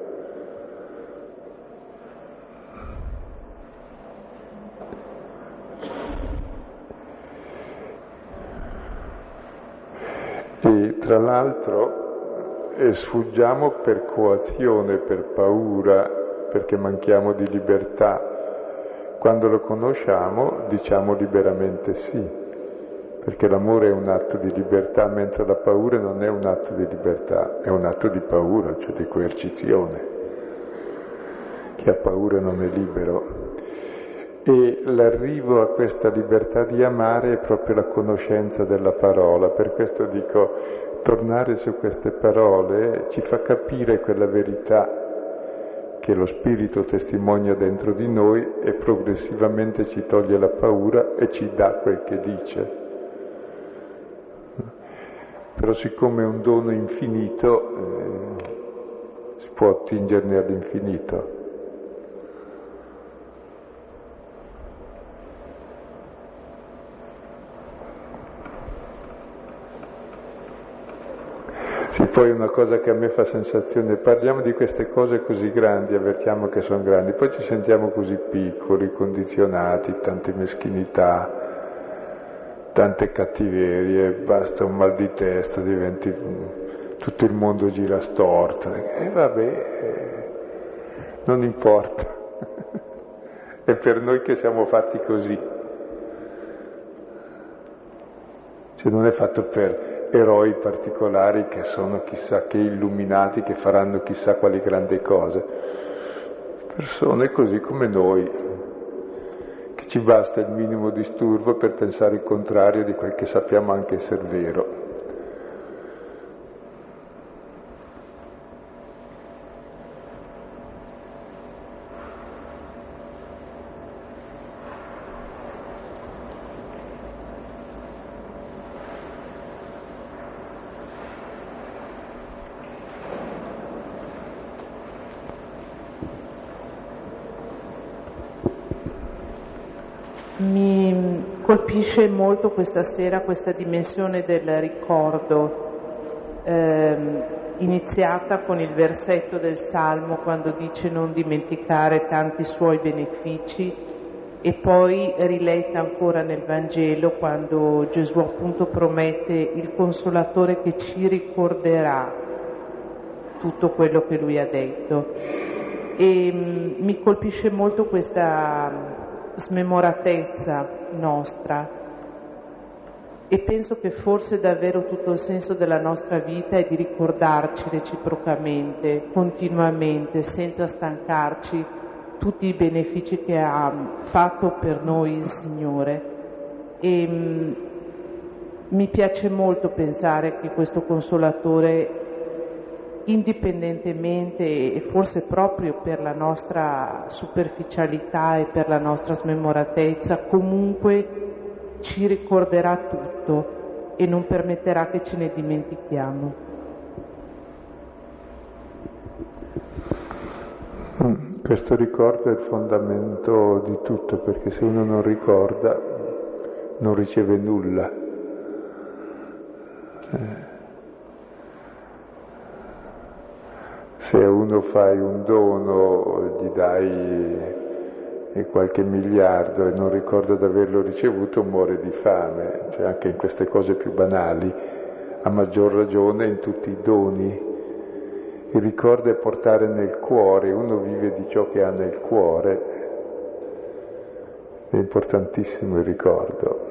E tra l'altro sfuggiamo per coazione, per paura, perché manchiamo di libertà. Quando lo conosciamo diciamo liberamente sì, perché l'amore è un atto di libertà, mentre la paura non è un atto di libertà, è un atto di paura, cioè di coercizione. Chi ha paura non è libero. E l'arrivo a questa libertà di amare è proprio la conoscenza della parola. Per questo dico, tornare su queste parole ci fa capire quella verità che lo Spirito testimonia dentro di noi e progressivamente ci toglie la paura e ci dà quel che dice. Però siccome è un dono infinito, si può attingerne all'infinito. Sì, poi una cosa che a me fa sensazione, parliamo di queste cose così grandi, avvertiamo che sono grandi, poi ci sentiamo così piccoli, condizionati, tante meschinità, tante cattiverie, basta un mal di testa, diventi, tutto il mondo gira storto, e vabbè, non importa, è per noi che siamo fatti così, cioè non è fatto per eroi particolari che sono chissà che illuminati, che faranno chissà quali grandi cose, persone così come noi, che ci basta il minimo disturbo per pensare il contrario di quel che sappiamo anche essere vero. Mi colpisce molto questa sera questa dimensione del ricordo, iniziata con il versetto del Salmo quando dice non dimenticare tanti suoi benefici, e poi riletta ancora nel Vangelo quando Gesù appunto promette il Consolatore che ci ricorderà tutto quello che Lui ha detto. E mi colpisce molto questa smemoratezza nostra, e penso che forse davvero tutto il senso della nostra vita è di ricordarci reciprocamente, continuamente, senza stancarci, tutti i benefici che ha fatto per noi il Signore. E mi piace molto pensare che questo Consolatore, indipendentemente e forse proprio per la nostra superficialità e per la nostra smemoratezza, comunque ci ricorderà tutto e non permetterà che ce ne dimentichiamo. Questo ricordo è il fondamento di tutto, perché se uno non ricorda non riceve nulla. Se a uno fai un dono, gli dai qualche miliardo e non ricorda di averlo ricevuto, muore di fame. Cioè anche in queste cose più banali, a maggior ragione in tutti i doni. Il ricordo è portare nel cuore, uno vive di ciò che ha nel cuore, è importantissimo il ricordo.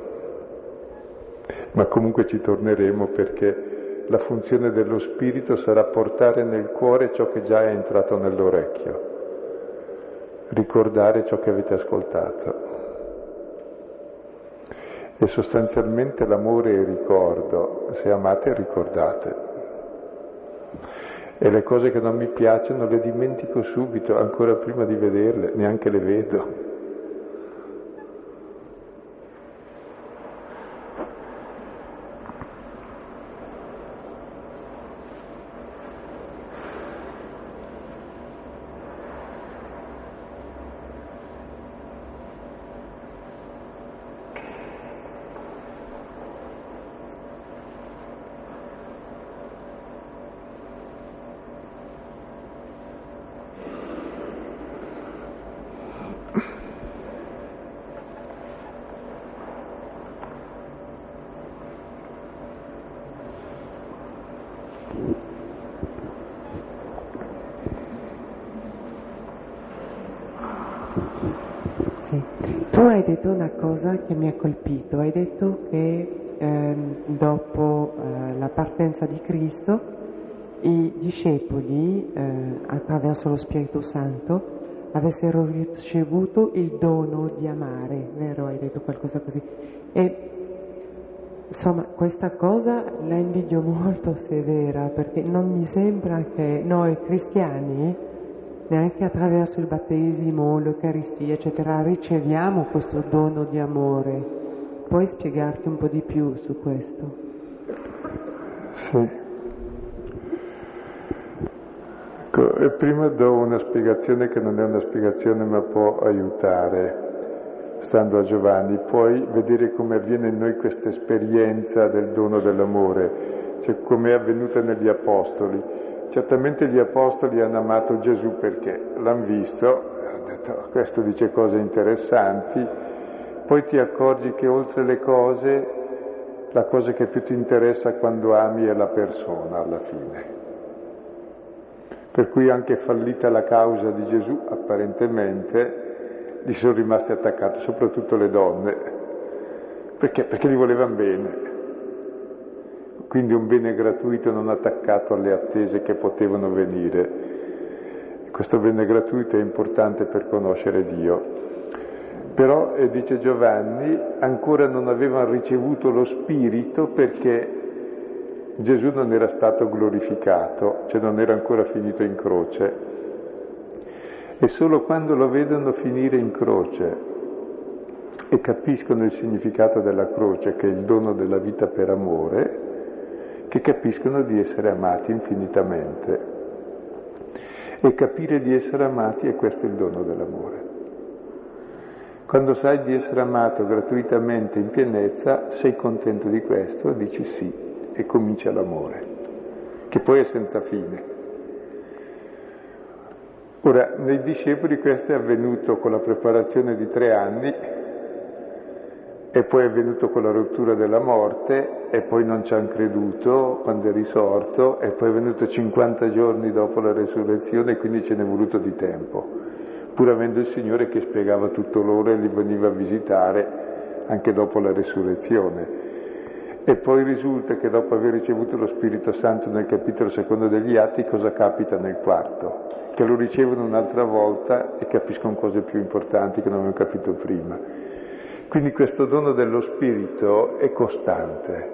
Ma comunque ci torneremo, perché la funzione dello spirito sarà portare nel cuore ciò che già è entrato nell'orecchio, ricordare ciò che avete ascoltato. E sostanzialmente l'amore è il ricordo, se amate ricordate. E le cose che non mi piacciono le dimentico subito, ancora prima di vederle, neanche le vedo. Sì. Tu hai detto una cosa che mi ha colpito, hai detto che dopo la partenza di Cristo i discepoli attraverso lo Spirito Santo avessero ricevuto il dono di amare, vero? Hai detto qualcosa così. E insomma questa cosa la invidio molto se è vera, perché non mi sembra che noi cristiani, neanche attraverso il battesimo, l'Eucaristia, eccetera, riceviamo questo dono di amore. Puoi spiegarti un po' di più su questo? Sì. Prima do una spiegazione che non è una spiegazione ma può aiutare. stando a Giovanni, puoi vedere come avviene in noi questa esperienza del dono dell'amore, cioè come è avvenuta negli Apostoli. Certamente gli Apostoli hanno amato Gesù perché l'hanno visto, hanno detto questo dice cose interessanti, poi ti accorgi che oltre le cose, la cosa che più ti interessa quando ami è la persona alla fine. Per cui anche fallita la causa di Gesù, apparentemente, gli sono rimaste attaccate, soprattutto le donne. Perché? Perché gli volevano bene. Quindi un bene gratuito non attaccato alle attese che potevano venire. Questo bene gratuito è importante per conoscere Dio. Però, dice Giovanni, ancora non avevano ricevuto lo Spirito perché Gesù non era stato glorificato, cioè non era ancora finito in croce. E solo quando lo vedono finire in croce e capiscono il significato della croce, che è il dono della vita per amore, che capiscono di essere amati infinitamente. E capire di essere amati è questo il dono dell'amore. Quando sai di essere amato gratuitamente in pienezza, sei contento di questo, dici sì, e comincia l'amore, che poi è senza fine. Ora, nei discepoli questo è avvenuto con la preparazione di 3 anni, e poi è avvenuto con la rottura della morte, e poi non ci hanno creduto quando è risorto, e poi è venuto 50 giorni dopo la resurrezione, e quindi ce n'è voluto di tempo, pur avendo il Signore che spiegava tutto loro e li veniva a visitare anche dopo la resurrezione. E poi risulta che dopo aver ricevuto lo Spirito Santo nel capitolo 2 degli Atti, cosa capita nel 4? Che lo ricevono un'altra volta e capiscono cose più importanti che non avevano capito prima. Quindi questo dono dello Spirito è costante.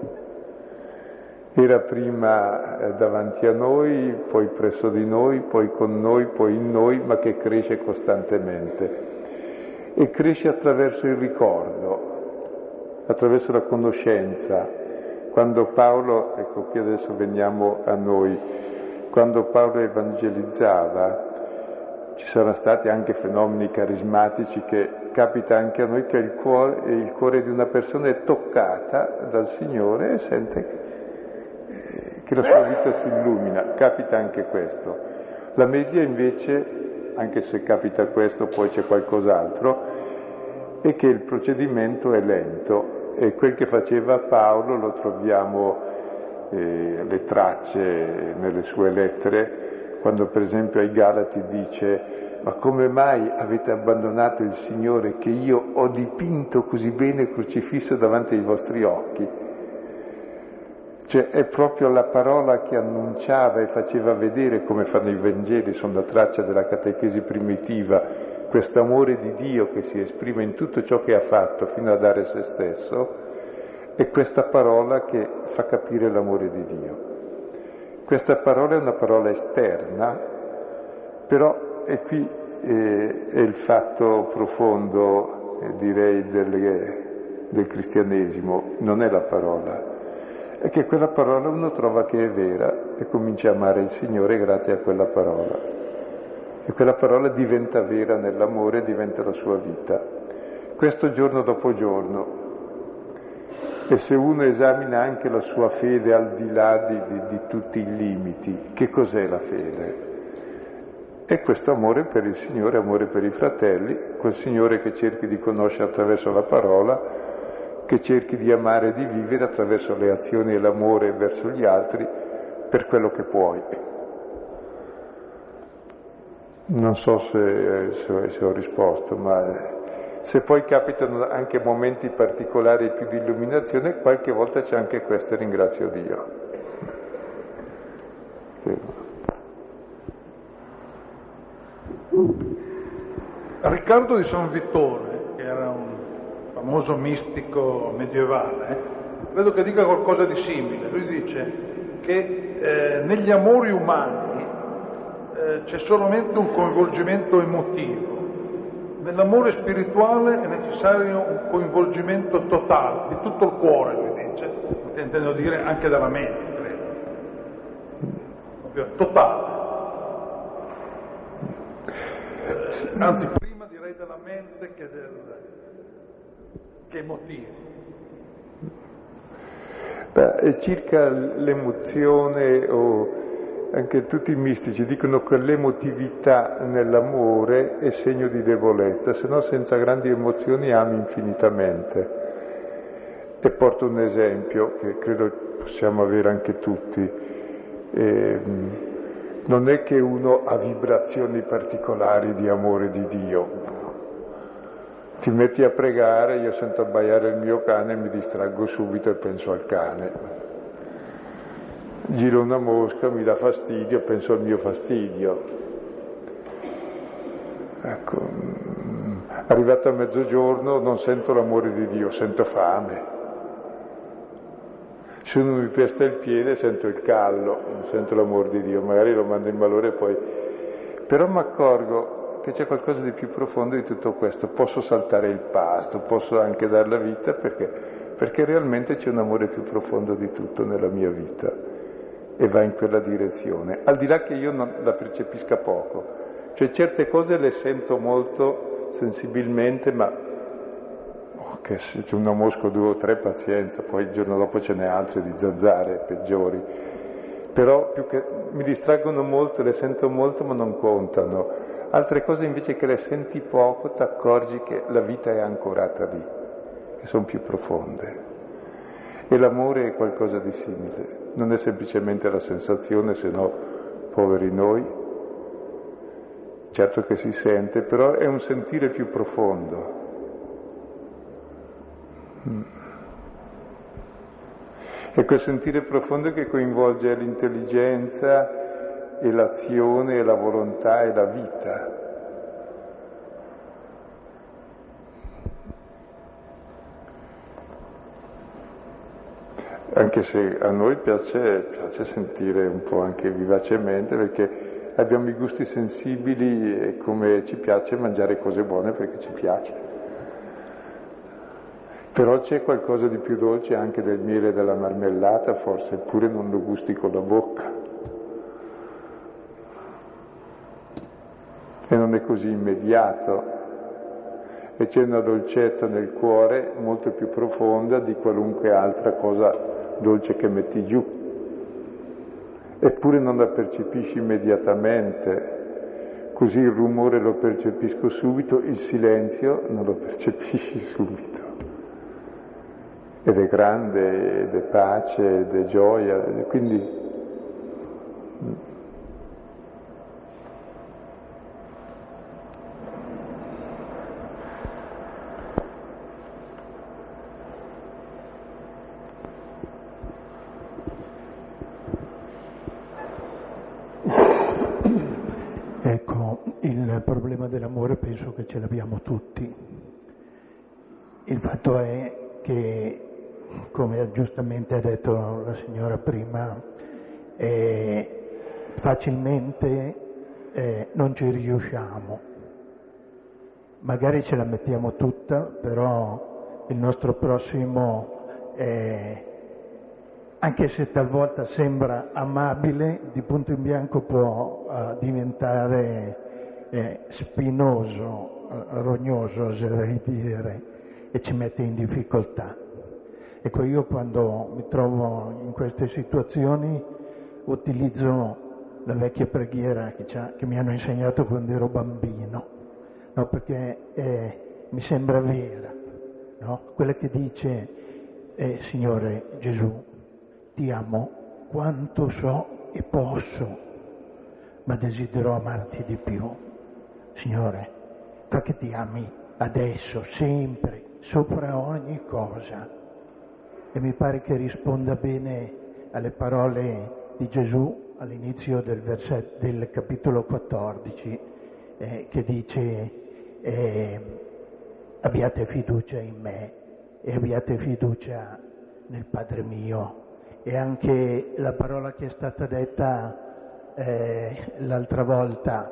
Era prima davanti a noi, poi presso di noi, poi con noi, poi in noi, ma che cresce costantemente. E cresce attraverso il ricordo, attraverso la conoscenza. Quando Paolo, ecco qui adesso veniamo a noi, quando Paolo evangelizzava, ci sono stati anche fenomeni carismatici che capita anche a noi, che il cuore di una persona è toccata dal Signore e sente che la sua vita si illumina. Capita anche questo. La media invece, anche se capita questo, poi c'è qualcos'altro, è che il procedimento è lento, e quel che faceva Paolo lo troviamo le tracce nelle sue lettere, quando per esempio ai Galati dice: ma come mai avete abbandonato il Signore che io ho dipinto così bene crocifisso davanti ai vostri occhi? Cioè è proprio la parola che annunciava e faceva vedere, come fanno i Vangeli, sono la traccia della catechesi primitiva, questo amore di Dio che si esprime in tutto ciò che ha fatto fino a dare se stesso. È questa parola che fa capire l'amore di Dio. Questa parola è una parola esterna, però è qui è il fatto profondo, direi, del cristianesimo, non è la parola. È che quella parola uno trova che è vera e comincia a amare il Signore grazie a quella parola. E quella parola diventa vera nell'amore, diventa la sua vita. Questo giorno dopo giorno. E se uno esamina anche la sua fede al di là di tutti i limiti, che cos'è la fede? È questo amore per il Signore, amore per i fratelli, quel Signore che cerchi di conoscere attraverso la parola, che cerchi di amare e di vivere attraverso le azioni e l'amore verso gli altri per quello che puoi. Non so se ho risposto, ma se poi capitano anche momenti particolari più di illuminazione, qualche volta c'è anche questo, ringrazio Dio. Riccardo di San Vittore, che era un famoso mistico medievale, credo che dica qualcosa di simile. Lui dice che negli amori umani c'è solamente un coinvolgimento emotivo. Nell'amore spirituale è necessario un coinvolgimento totale, di tutto il cuore, lui dice, intendo dire anche della mente, credo. Proprio totale. Anzi, prima direi della mente che che motivi. E circa l'emozione, o anche tutti i mistici dicono che l'emotività nell'amore è segno di debolezza, se no senza grandi emozioni ami infinitamente. E porto un esempio che credo possiamo avere anche tutti. Non è che uno ha vibrazioni particolari di amore di Dio. Ti metti a pregare, io sento abbaiare il mio cane e mi distraggo subito e penso al cane. Giro una mosca, mi dà fastidio, penso al mio fastidio. Ecco, arrivato a mezzogiorno non sento l'amore di Dio, sento fame. Se uno mi pesta il piede sento il callo, non sento l'amore di Dio, magari lo mando in malore poi. Però mi accorgo che c'è qualcosa di più profondo di tutto questo. Posso saltare il pasto, posso anche dar la vita perché realmente c'è un amore più profondo di tutto nella mia vita e va in quella direzione, al di là che io non la percepisca poco. Cioè certe cose le sento molto sensibilmente, ma che se c'è una mosca o 2 o 3 pazienza, poi il giorno dopo ce n'è altre di zanzare peggiori. Però più che mi distraggono molto, le sento molto ma non contano. Altre cose invece che le senti poco ti accorgi che la vita è ancorata lì, che sono più profonde. E l'amore è qualcosa di simile, non è semplicemente la sensazione, se no poveri noi, certo che si sente, però è un sentire più profondo. È quel sentire profondo che coinvolge l'intelligenza e l'azione e la volontà e la vita. Anche se a noi piace sentire un po' anche vivacemente, perché abbiamo i gusti sensibili e come ci piace mangiare cose buone perché ci piace. Però c'è qualcosa di più dolce anche del miele e della marmellata, forse, eppure non lo gusti con la bocca. E non è così immediato. E c'è una dolcezza nel cuore molto più profonda di qualunque altra cosa dolce che metti giù. Eppure non la percepisci immediatamente. Così il rumore lo percepisco subito, il silenzio non lo percepisci subito. Ed è grande, ed è pace, ed è gioia, quindi ecco, il problema dell'amore penso che ce l'abbiamo tutti. Il fatto è che, come giustamente ha detto la signora prima, facilmente non ci riusciamo. Magari ce la mettiamo tutta, però il nostro prossimo, anche se talvolta sembra amabile, di punto in bianco può diventare spinoso, rognoso, oserei dire, e ci mette in difficoltà. Ecco, io quando mi trovo in queste situazioni utilizzo la vecchia preghiera che mi hanno insegnato quando ero bambino, no? Perché mi sembra vera, no? Quella che dice, Signore Gesù, ti amo quanto so e posso, ma desidero amarti di più. Signore, fa che ti ami adesso, sempre, sopra ogni cosa. E mi pare che risponda bene alle parole di Gesù all'inizio del capitolo 14, che dice abbiate fiducia in me e abbiate fiducia nel Padre mio. E anche la parola che è stata detta l'altra volta,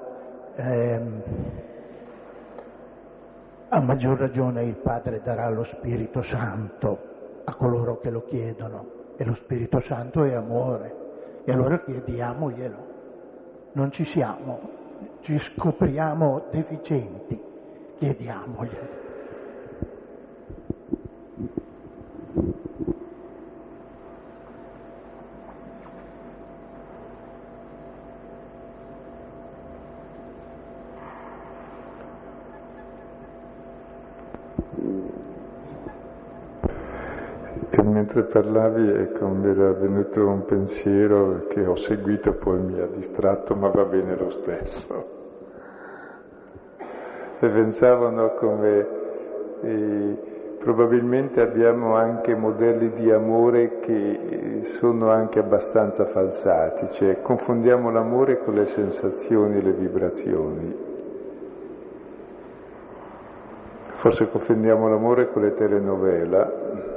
a maggior ragione il Padre darà lo Spirito Santo a coloro che lo chiedono, e lo Spirito Santo è amore, e allora chiediamoglielo. Non ci siamo, ci scopriamo deficienti, chiediamoglielo. E mentre parlavi, ecco, mi era venuto un pensiero che ho seguito, poi mi ha distratto, ma va bene lo stesso. E pensavo come probabilmente abbiamo anche modelli di amore che sono anche abbastanza falsati, cioè confondiamo l'amore con le sensazioni e le vibrazioni. Forse confondiamo l'amore con le telenovela.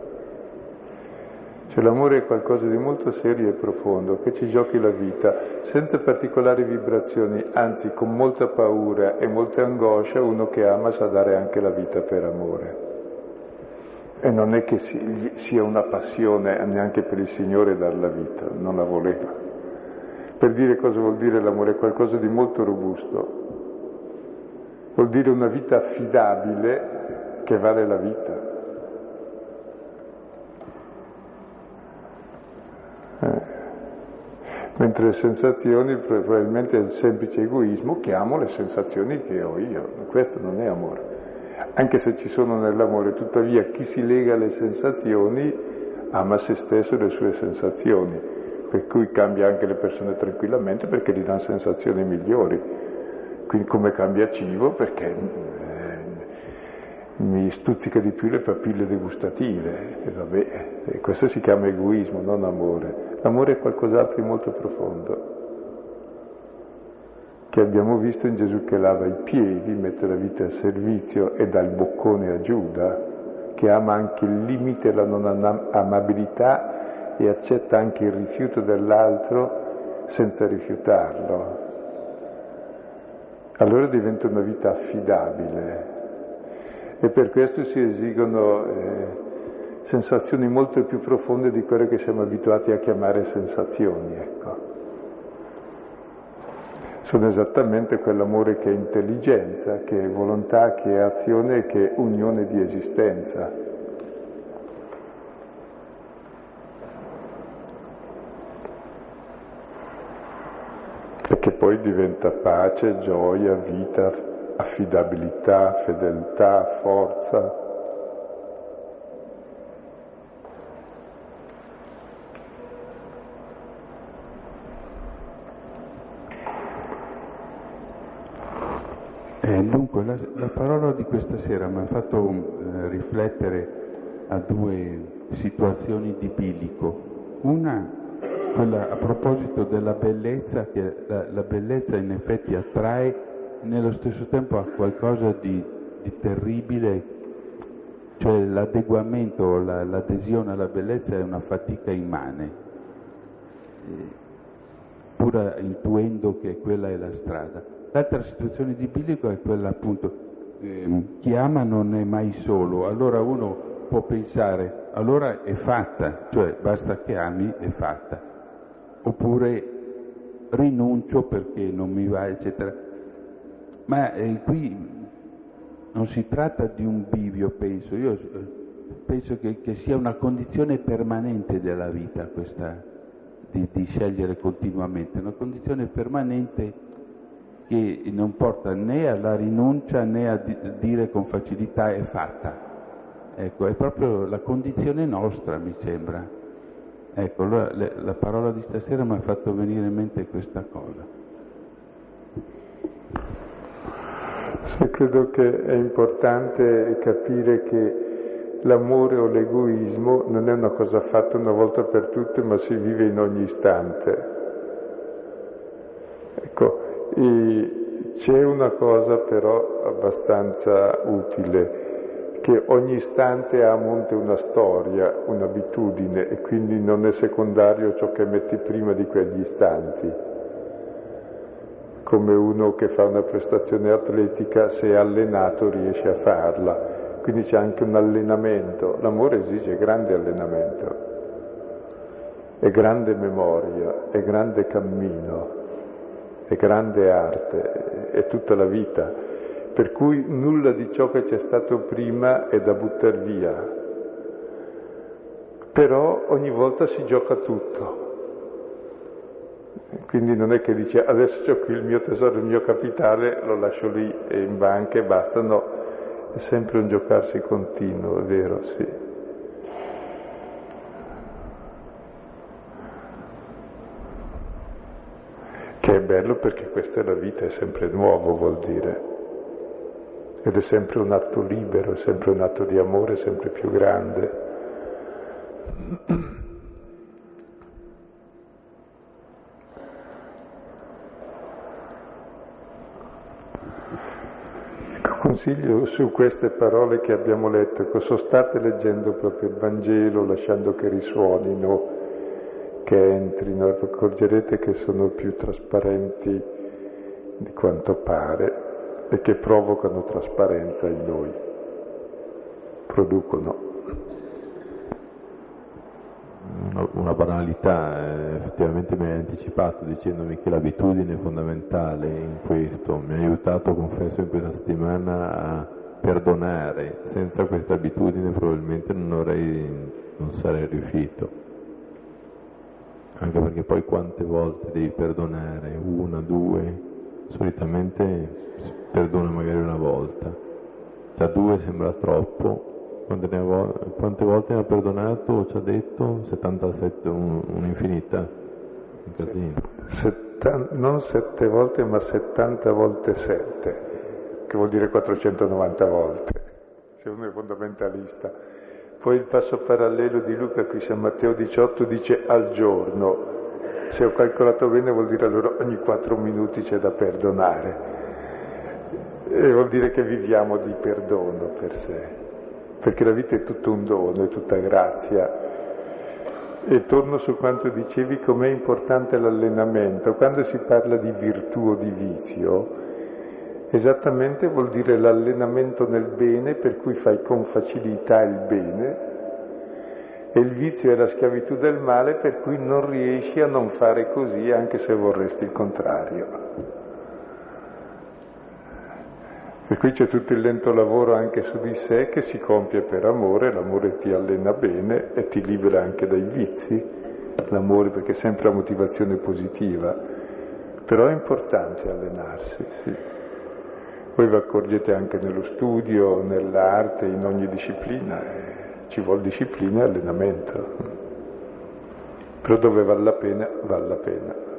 Cioè l'amore è qualcosa di molto serio e profondo, che ci giochi la vita, senza particolari vibrazioni, anzi con molta paura e molta angoscia. Uno che ama sa dare anche la vita per amore. E non è che sia una passione neanche per il Signore dar la vita, non la voleva. Per dire cosa vuol dire l'amore, è qualcosa di molto robusto. Vuol dire una vita affidabile che vale la vita. Mentre le sensazioni probabilmente è il semplice egoismo che amo le sensazioni che ho io, questo non è amore. Anche se ci sono nell'amore, tuttavia chi si lega alle sensazioni ama se stesso e le sue sensazioni, per cui cambia anche le persone tranquillamente perché gli danno sensazioni migliori. Quindi come cambia cibo perché mi stuzzica di più le papille degustative, e vabbè, e questo si chiama egoismo, non amore. L'amore è qualcos'altro di molto profondo, che abbiamo visto in Gesù che lava i piedi, mette la vita al servizio e dà il boccone a Giuda, che ama anche il limite e la non amabilità e accetta anche il rifiuto dell'altro senza rifiutarlo. Allora diventa una vita affidabile. E per questo si esigono sensazioni molto più profonde di quelle che siamo abituati a chiamare sensazioni, ecco. Sono esattamente quell'amore che è intelligenza, che è volontà, che è azione, che è unione di esistenza. E che poi diventa pace, gioia, vita, affidabilità, fedeltà, forza. Dunque, la parola di questa sera mi ha fatto riflettere a due situazioni di bilico. Una, quella a proposito della bellezza, che la bellezza in effetti attrae, nello stesso tempo ha qualcosa di terribile, cioè l'adeguamento, l'adesione alla bellezza è una fatica immane, pur intuendo che quella è la strada. L'altra situazione di bilico è quella appunto, chi ama non è mai solo, allora uno può pensare, allora è fatta, cioè basta che ami, è fatta, oppure rinuncio perché non mi va, eccetera. Ma qui non si tratta di un bivio, penso. Io penso che sia una condizione permanente della vita questa di scegliere continuamente, una condizione permanente che non porta né alla rinuncia né a dire con facilità è fatta. Ecco, è proprio la condizione nostra, mi sembra. Ecco, allora la parola di stasera mi ha fatto venire in mente questa cosa. Sì, credo che è importante capire che l'amore o l'egoismo non è una cosa fatta una volta per tutte, ma si vive in ogni istante. Ecco, c'è una cosa però abbastanza utile, che ogni istante ha a monte una storia, un'abitudine, e quindi non è secondario ciò che metti prima di quegli istanti. Come uno che fa una prestazione atletica, se è allenato riesce a farla, quindi c'è anche un allenamento. L'amore esige grande allenamento, è grande memoria, è grande cammino, è grande arte, è tutta la vita, per cui nulla di ciò che c'è stato prima è da buttar via. però ogni volta si gioca tutto. Quindi non è che dice adesso ho qui il mio tesoro, il mio capitale, lo lascio lì in banca e basta, no, è sempre un giocarsi continuo, è vero, sì. Che è bello perché questa è la vita, è sempre nuovo, vuol dire. Ed è sempre un atto libero, è sempre un atto di amore, sempre più grande. Consiglio su queste parole che abbiamo letto, state leggendo proprio il Vangelo, lasciando che risuonino, che entrino, accorgerete che sono più trasparenti di quanto pare e che provocano trasparenza in noi, producono. Una banalità, effettivamente mi hai anticipato dicendomi che l'abitudine è fondamentale in questo, mi ha aiutato, confesso, in questa settimana a perdonare. Senza questa abitudine probabilmente non sarei riuscito, anche perché poi quante volte devi perdonare? Una, due? Solitamente si perdona magari una volta, già due sembra troppo. Quante volte mi ha perdonato, ci ha detto? 77, un'infinità, un casino. Non 7 volte, ma 70 volte 7, che vuol dire 490 volte, se uno è fondamentalista. Poi il passo parallelo di Luca, qui San Matteo 18, dice al giorno. Se ho calcolato bene vuol dire allora ogni 4 minuti c'è da perdonare. E vuol dire che viviamo di perdono per sé. Perché la vita è tutto un dono, è tutta grazia. E torno su quanto dicevi, com'è importante l'allenamento. Quando si parla di virtù o di vizio, esattamente vuol dire l'allenamento nel bene, per cui fai con facilità il bene, e il vizio è la schiavitù del male, per cui non riesci a non fare così, anche se vorresti il contrario. E qui c'è tutto il lento lavoro anche su di sé che si compie per amore, l'amore ti allena bene e ti libera anche dai vizi, l'amore perché è sempre la motivazione positiva, però è importante allenarsi, sì. Voi vi accorgete anche nello studio, nell'arte, in ogni disciplina, ci vuole disciplina e allenamento, però dove vale la pena, vale la pena.